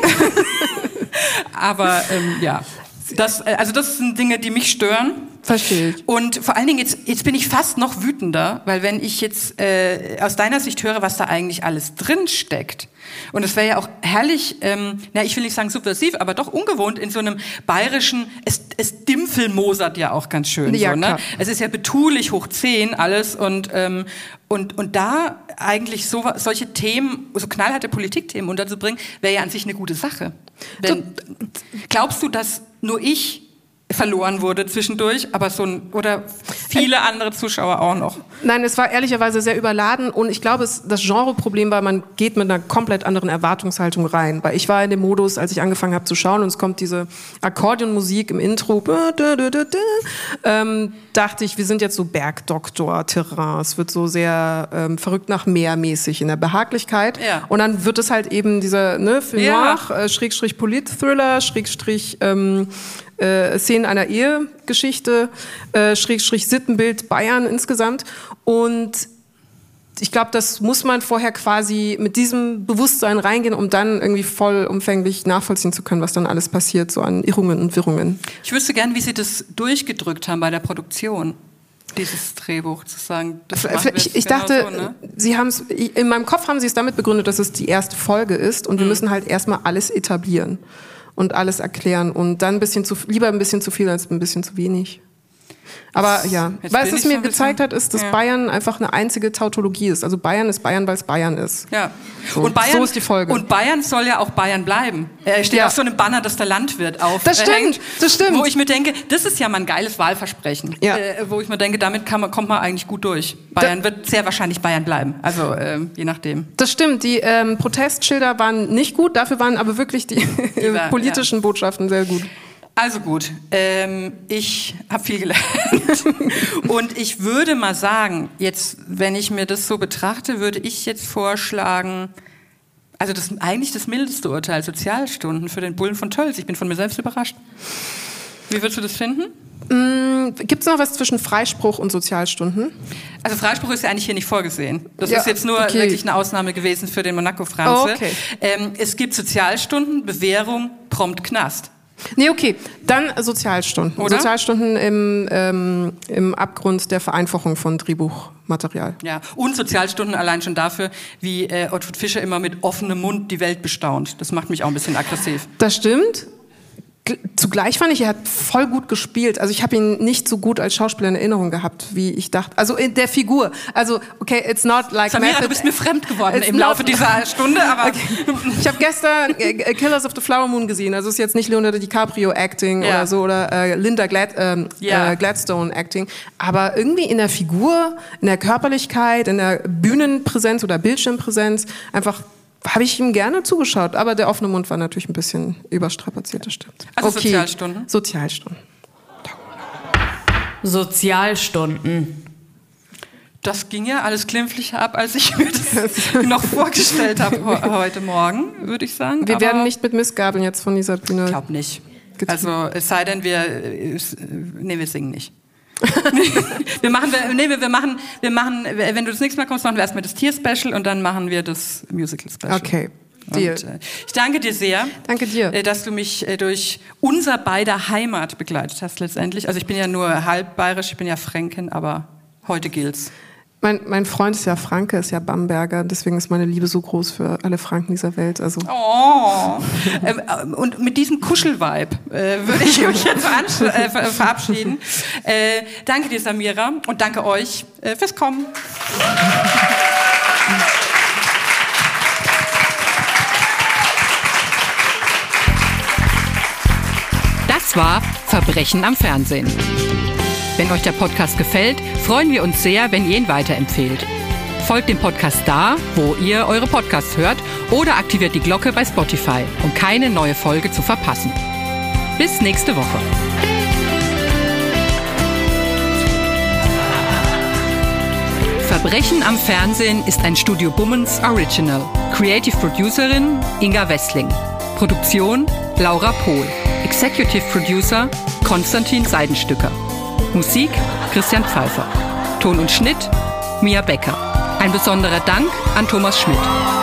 Aber ähm, ja. Das, also das sind Dinge, die mich stören. Verstehe. Und vor allen Dingen, jetzt, jetzt bin ich fast noch wütender, weil wenn ich jetzt äh, aus deiner Sicht höre, was da eigentlich alles drin steckt, und es wäre ja auch herrlich, ähm, na, ich will nicht sagen subversiv, aber doch ungewohnt in so einem bayerischen, es, es dimpfelmosert ja auch ganz schön. Ja, so, ne? Es ist ja betulich hoch zehn alles und, ähm, und, und da eigentlich so, solche Themen, so knallharte Politikthemen unterzubringen, wäre ja an sich eine gute Sache. Denn, glaubst du, dass nur ich verloren wurde zwischendurch, aber so ein, oder viele andere Zuschauer auch noch? Nein, es war ehrlicherweise sehr überladen und ich glaube, es, das Genreproblem war, man geht mit einer komplett anderen Erwartungshaltung rein. Weil ich war in dem Modus, als ich angefangen habe zu schauen und es kommt diese Akkordeonmusik im Intro, ähm, dachte ich, wir sind jetzt so Bergdoktor-Terrain. Es wird so sehr ähm, verrückt nach Meer mäßig in der Behaglichkeit. Ja. Und dann wird es halt eben dieser ne, Film ja. noir, äh, Schrägstrich Polit-Thriller, Schrägstrich ähm, Äh, Szenen einer Ehegeschichte, äh, Schrägstrich Sittenbild Bayern insgesamt. Und ich glaube, das muss man vorher quasi mit diesem Bewusstsein reingehen, um dann irgendwie vollumfänglich nachvollziehen zu können, was dann alles passiert, so an Irrungen und Wirrungen. Ich wüsste gern, wie Sie das durchgedrückt haben bei der Produktion. Dieses Drehbuch zu sagen, das machen wir ich, ich genau dachte, so, ne? Sie haben es in meinem Kopf haben Sie es damit begründet, dass es die erste Folge ist und mhm. wir müssen halt erstmal alles etablieren und alles erklären und dann ein bisschen zu, lieber ein bisschen zu viel als ein bisschen zu wenig. Aber ja, Jetzt was bin es ich so mir ein gezeigt bisschen- hat, ist, dass ja. Bayern einfach eine einzige Tautologie ist. Also Bayern ist Bayern, weil es Bayern ist. Ja. So, Und Bayern, so ist die Folge. Und Bayern soll ja auch Bayern bleiben. Er steht Ja. auf so einem Banner, dass der Landwirt auf. Das stimmt, das stimmt. Wo ich mir denke, das ist ja mal ein geiles Wahlversprechen. Ja. Äh, wo ich mir denke, damit kann man, kommt man eigentlich gut durch. Bayern wird sehr wahrscheinlich Bayern bleiben. Also ähm, je nachdem. Das stimmt, die ähm, Protestschilder waren nicht gut, dafür waren aber wirklich die, Die waren, politischen ja. Botschaften sehr gut. Also gut, ähm, ich habe viel gelernt und ich würde mal sagen, jetzt, wenn ich mir das so betrachte, würde ich jetzt vorschlagen, also das eigentlich das mildeste Urteil, Sozialstunden für den Bullen von Tölz. Ich bin von mir selbst überrascht. Wie würdest du das finden? Gibt es noch was zwischen Freispruch und Sozialstunden? Also Freispruch ist ja eigentlich hier nicht vorgesehen. Das Ja, ist jetzt nur okay. wirklich eine Ausnahme gewesen für den Monaco-Franze. Oh, okay. ähm, es gibt Sozialstunden, Bewährung, prompt Knast. Nee, okay. Dann Sozialstunden. Oder? Sozialstunden im, ähm, im Abgrund der Vereinfachung von Drehbuchmaterial. Ja, und Sozialstunden allein schon dafür, wie äh, Ottfried Fischer immer mit offenem Mund die Welt bestaunt. Das macht mich auch ein bisschen aggressiv. Das stimmt. G- Zugleich fand ich, er hat voll gut gespielt. Also ich habe ihn nicht so gut als Schauspieler in Erinnerung gehabt, wie ich dachte. Also in der Figur. Also, okay, it's not like Samira, method. du bist mir fremd geworden It's im not- Laufe dieser Stunde, aber Okay. Ich habe gestern äh, Killers of the Flower Moon gesehen. Also es ist jetzt nicht Leonardo DiCaprio Acting Ja. oder so oder äh, Linda Glad, ähm, Ja. äh, Gladstone Acting. Aber irgendwie in der Figur, in der Körperlichkeit, in der Bühnenpräsenz oder Bildschirmpräsenz einfach habe ich ihm gerne zugeschaut. Aber der offene Mund war natürlich ein bisschen überstrapaziert, das stimmt. Also Sozialstunden? Sozialstunden. Sozialstunden. das ging ja alles glimpflicher ab, als ich mir das noch vorgestellt habe heute Morgen, würde ich sagen. Wir Aber werden nicht mit Missgabeln jetzt von dieser Bühne. Ich glaube nicht. Also es sei denn, wir, nee, wir singen nicht. wir machen, nee, wir machen, wir machen, wenn du das nächste Mal kommst, machen wir erstmal das Tier-Special und dann machen wir das Musical-Special. Okay, Deal. Und, äh, ich danke dir sehr. Danke dir. Äh, dass du mich äh, durch unser beider Heimat begleitet hast letztendlich. Also ich bin ja nur halb bayerisch, ich bin ja Fränkin, aber heute gilt's. Mein, mein Freund ist ja Franke, ist ja Bamberger, deswegen ist meine Liebe so groß für alle Franken dieser Welt. Also. Oh. ähm, und mit diesem Kuschelvibe äh, würde ich mich jetzt verabsch- äh, ver- verabschieden. Äh, danke dir, Samira, und danke euch äh, fürs Kommen. Das war Verbrechen am Fernsehen. Wenn euch der Podcast gefällt, freuen wir uns sehr, wenn ihr ihn weiterempfehlt. Folgt dem Podcast da, wo ihr eure Podcasts hört, oder aktiviert die Glocke bei Spotify, um keine neue Folge zu verpassen. Bis nächste Woche. Verbrechen am Fernsehen ist ein Studio Bummens Original. Creative Producerin Inga Wessling. Produktion Laura Pohl. Executive Producer Konstantin Seidenstücker. Musik Christian Pfeiffer. Ton und Schnitt Mia Becker. Ein besonderer Dank an Thomas Schmidt.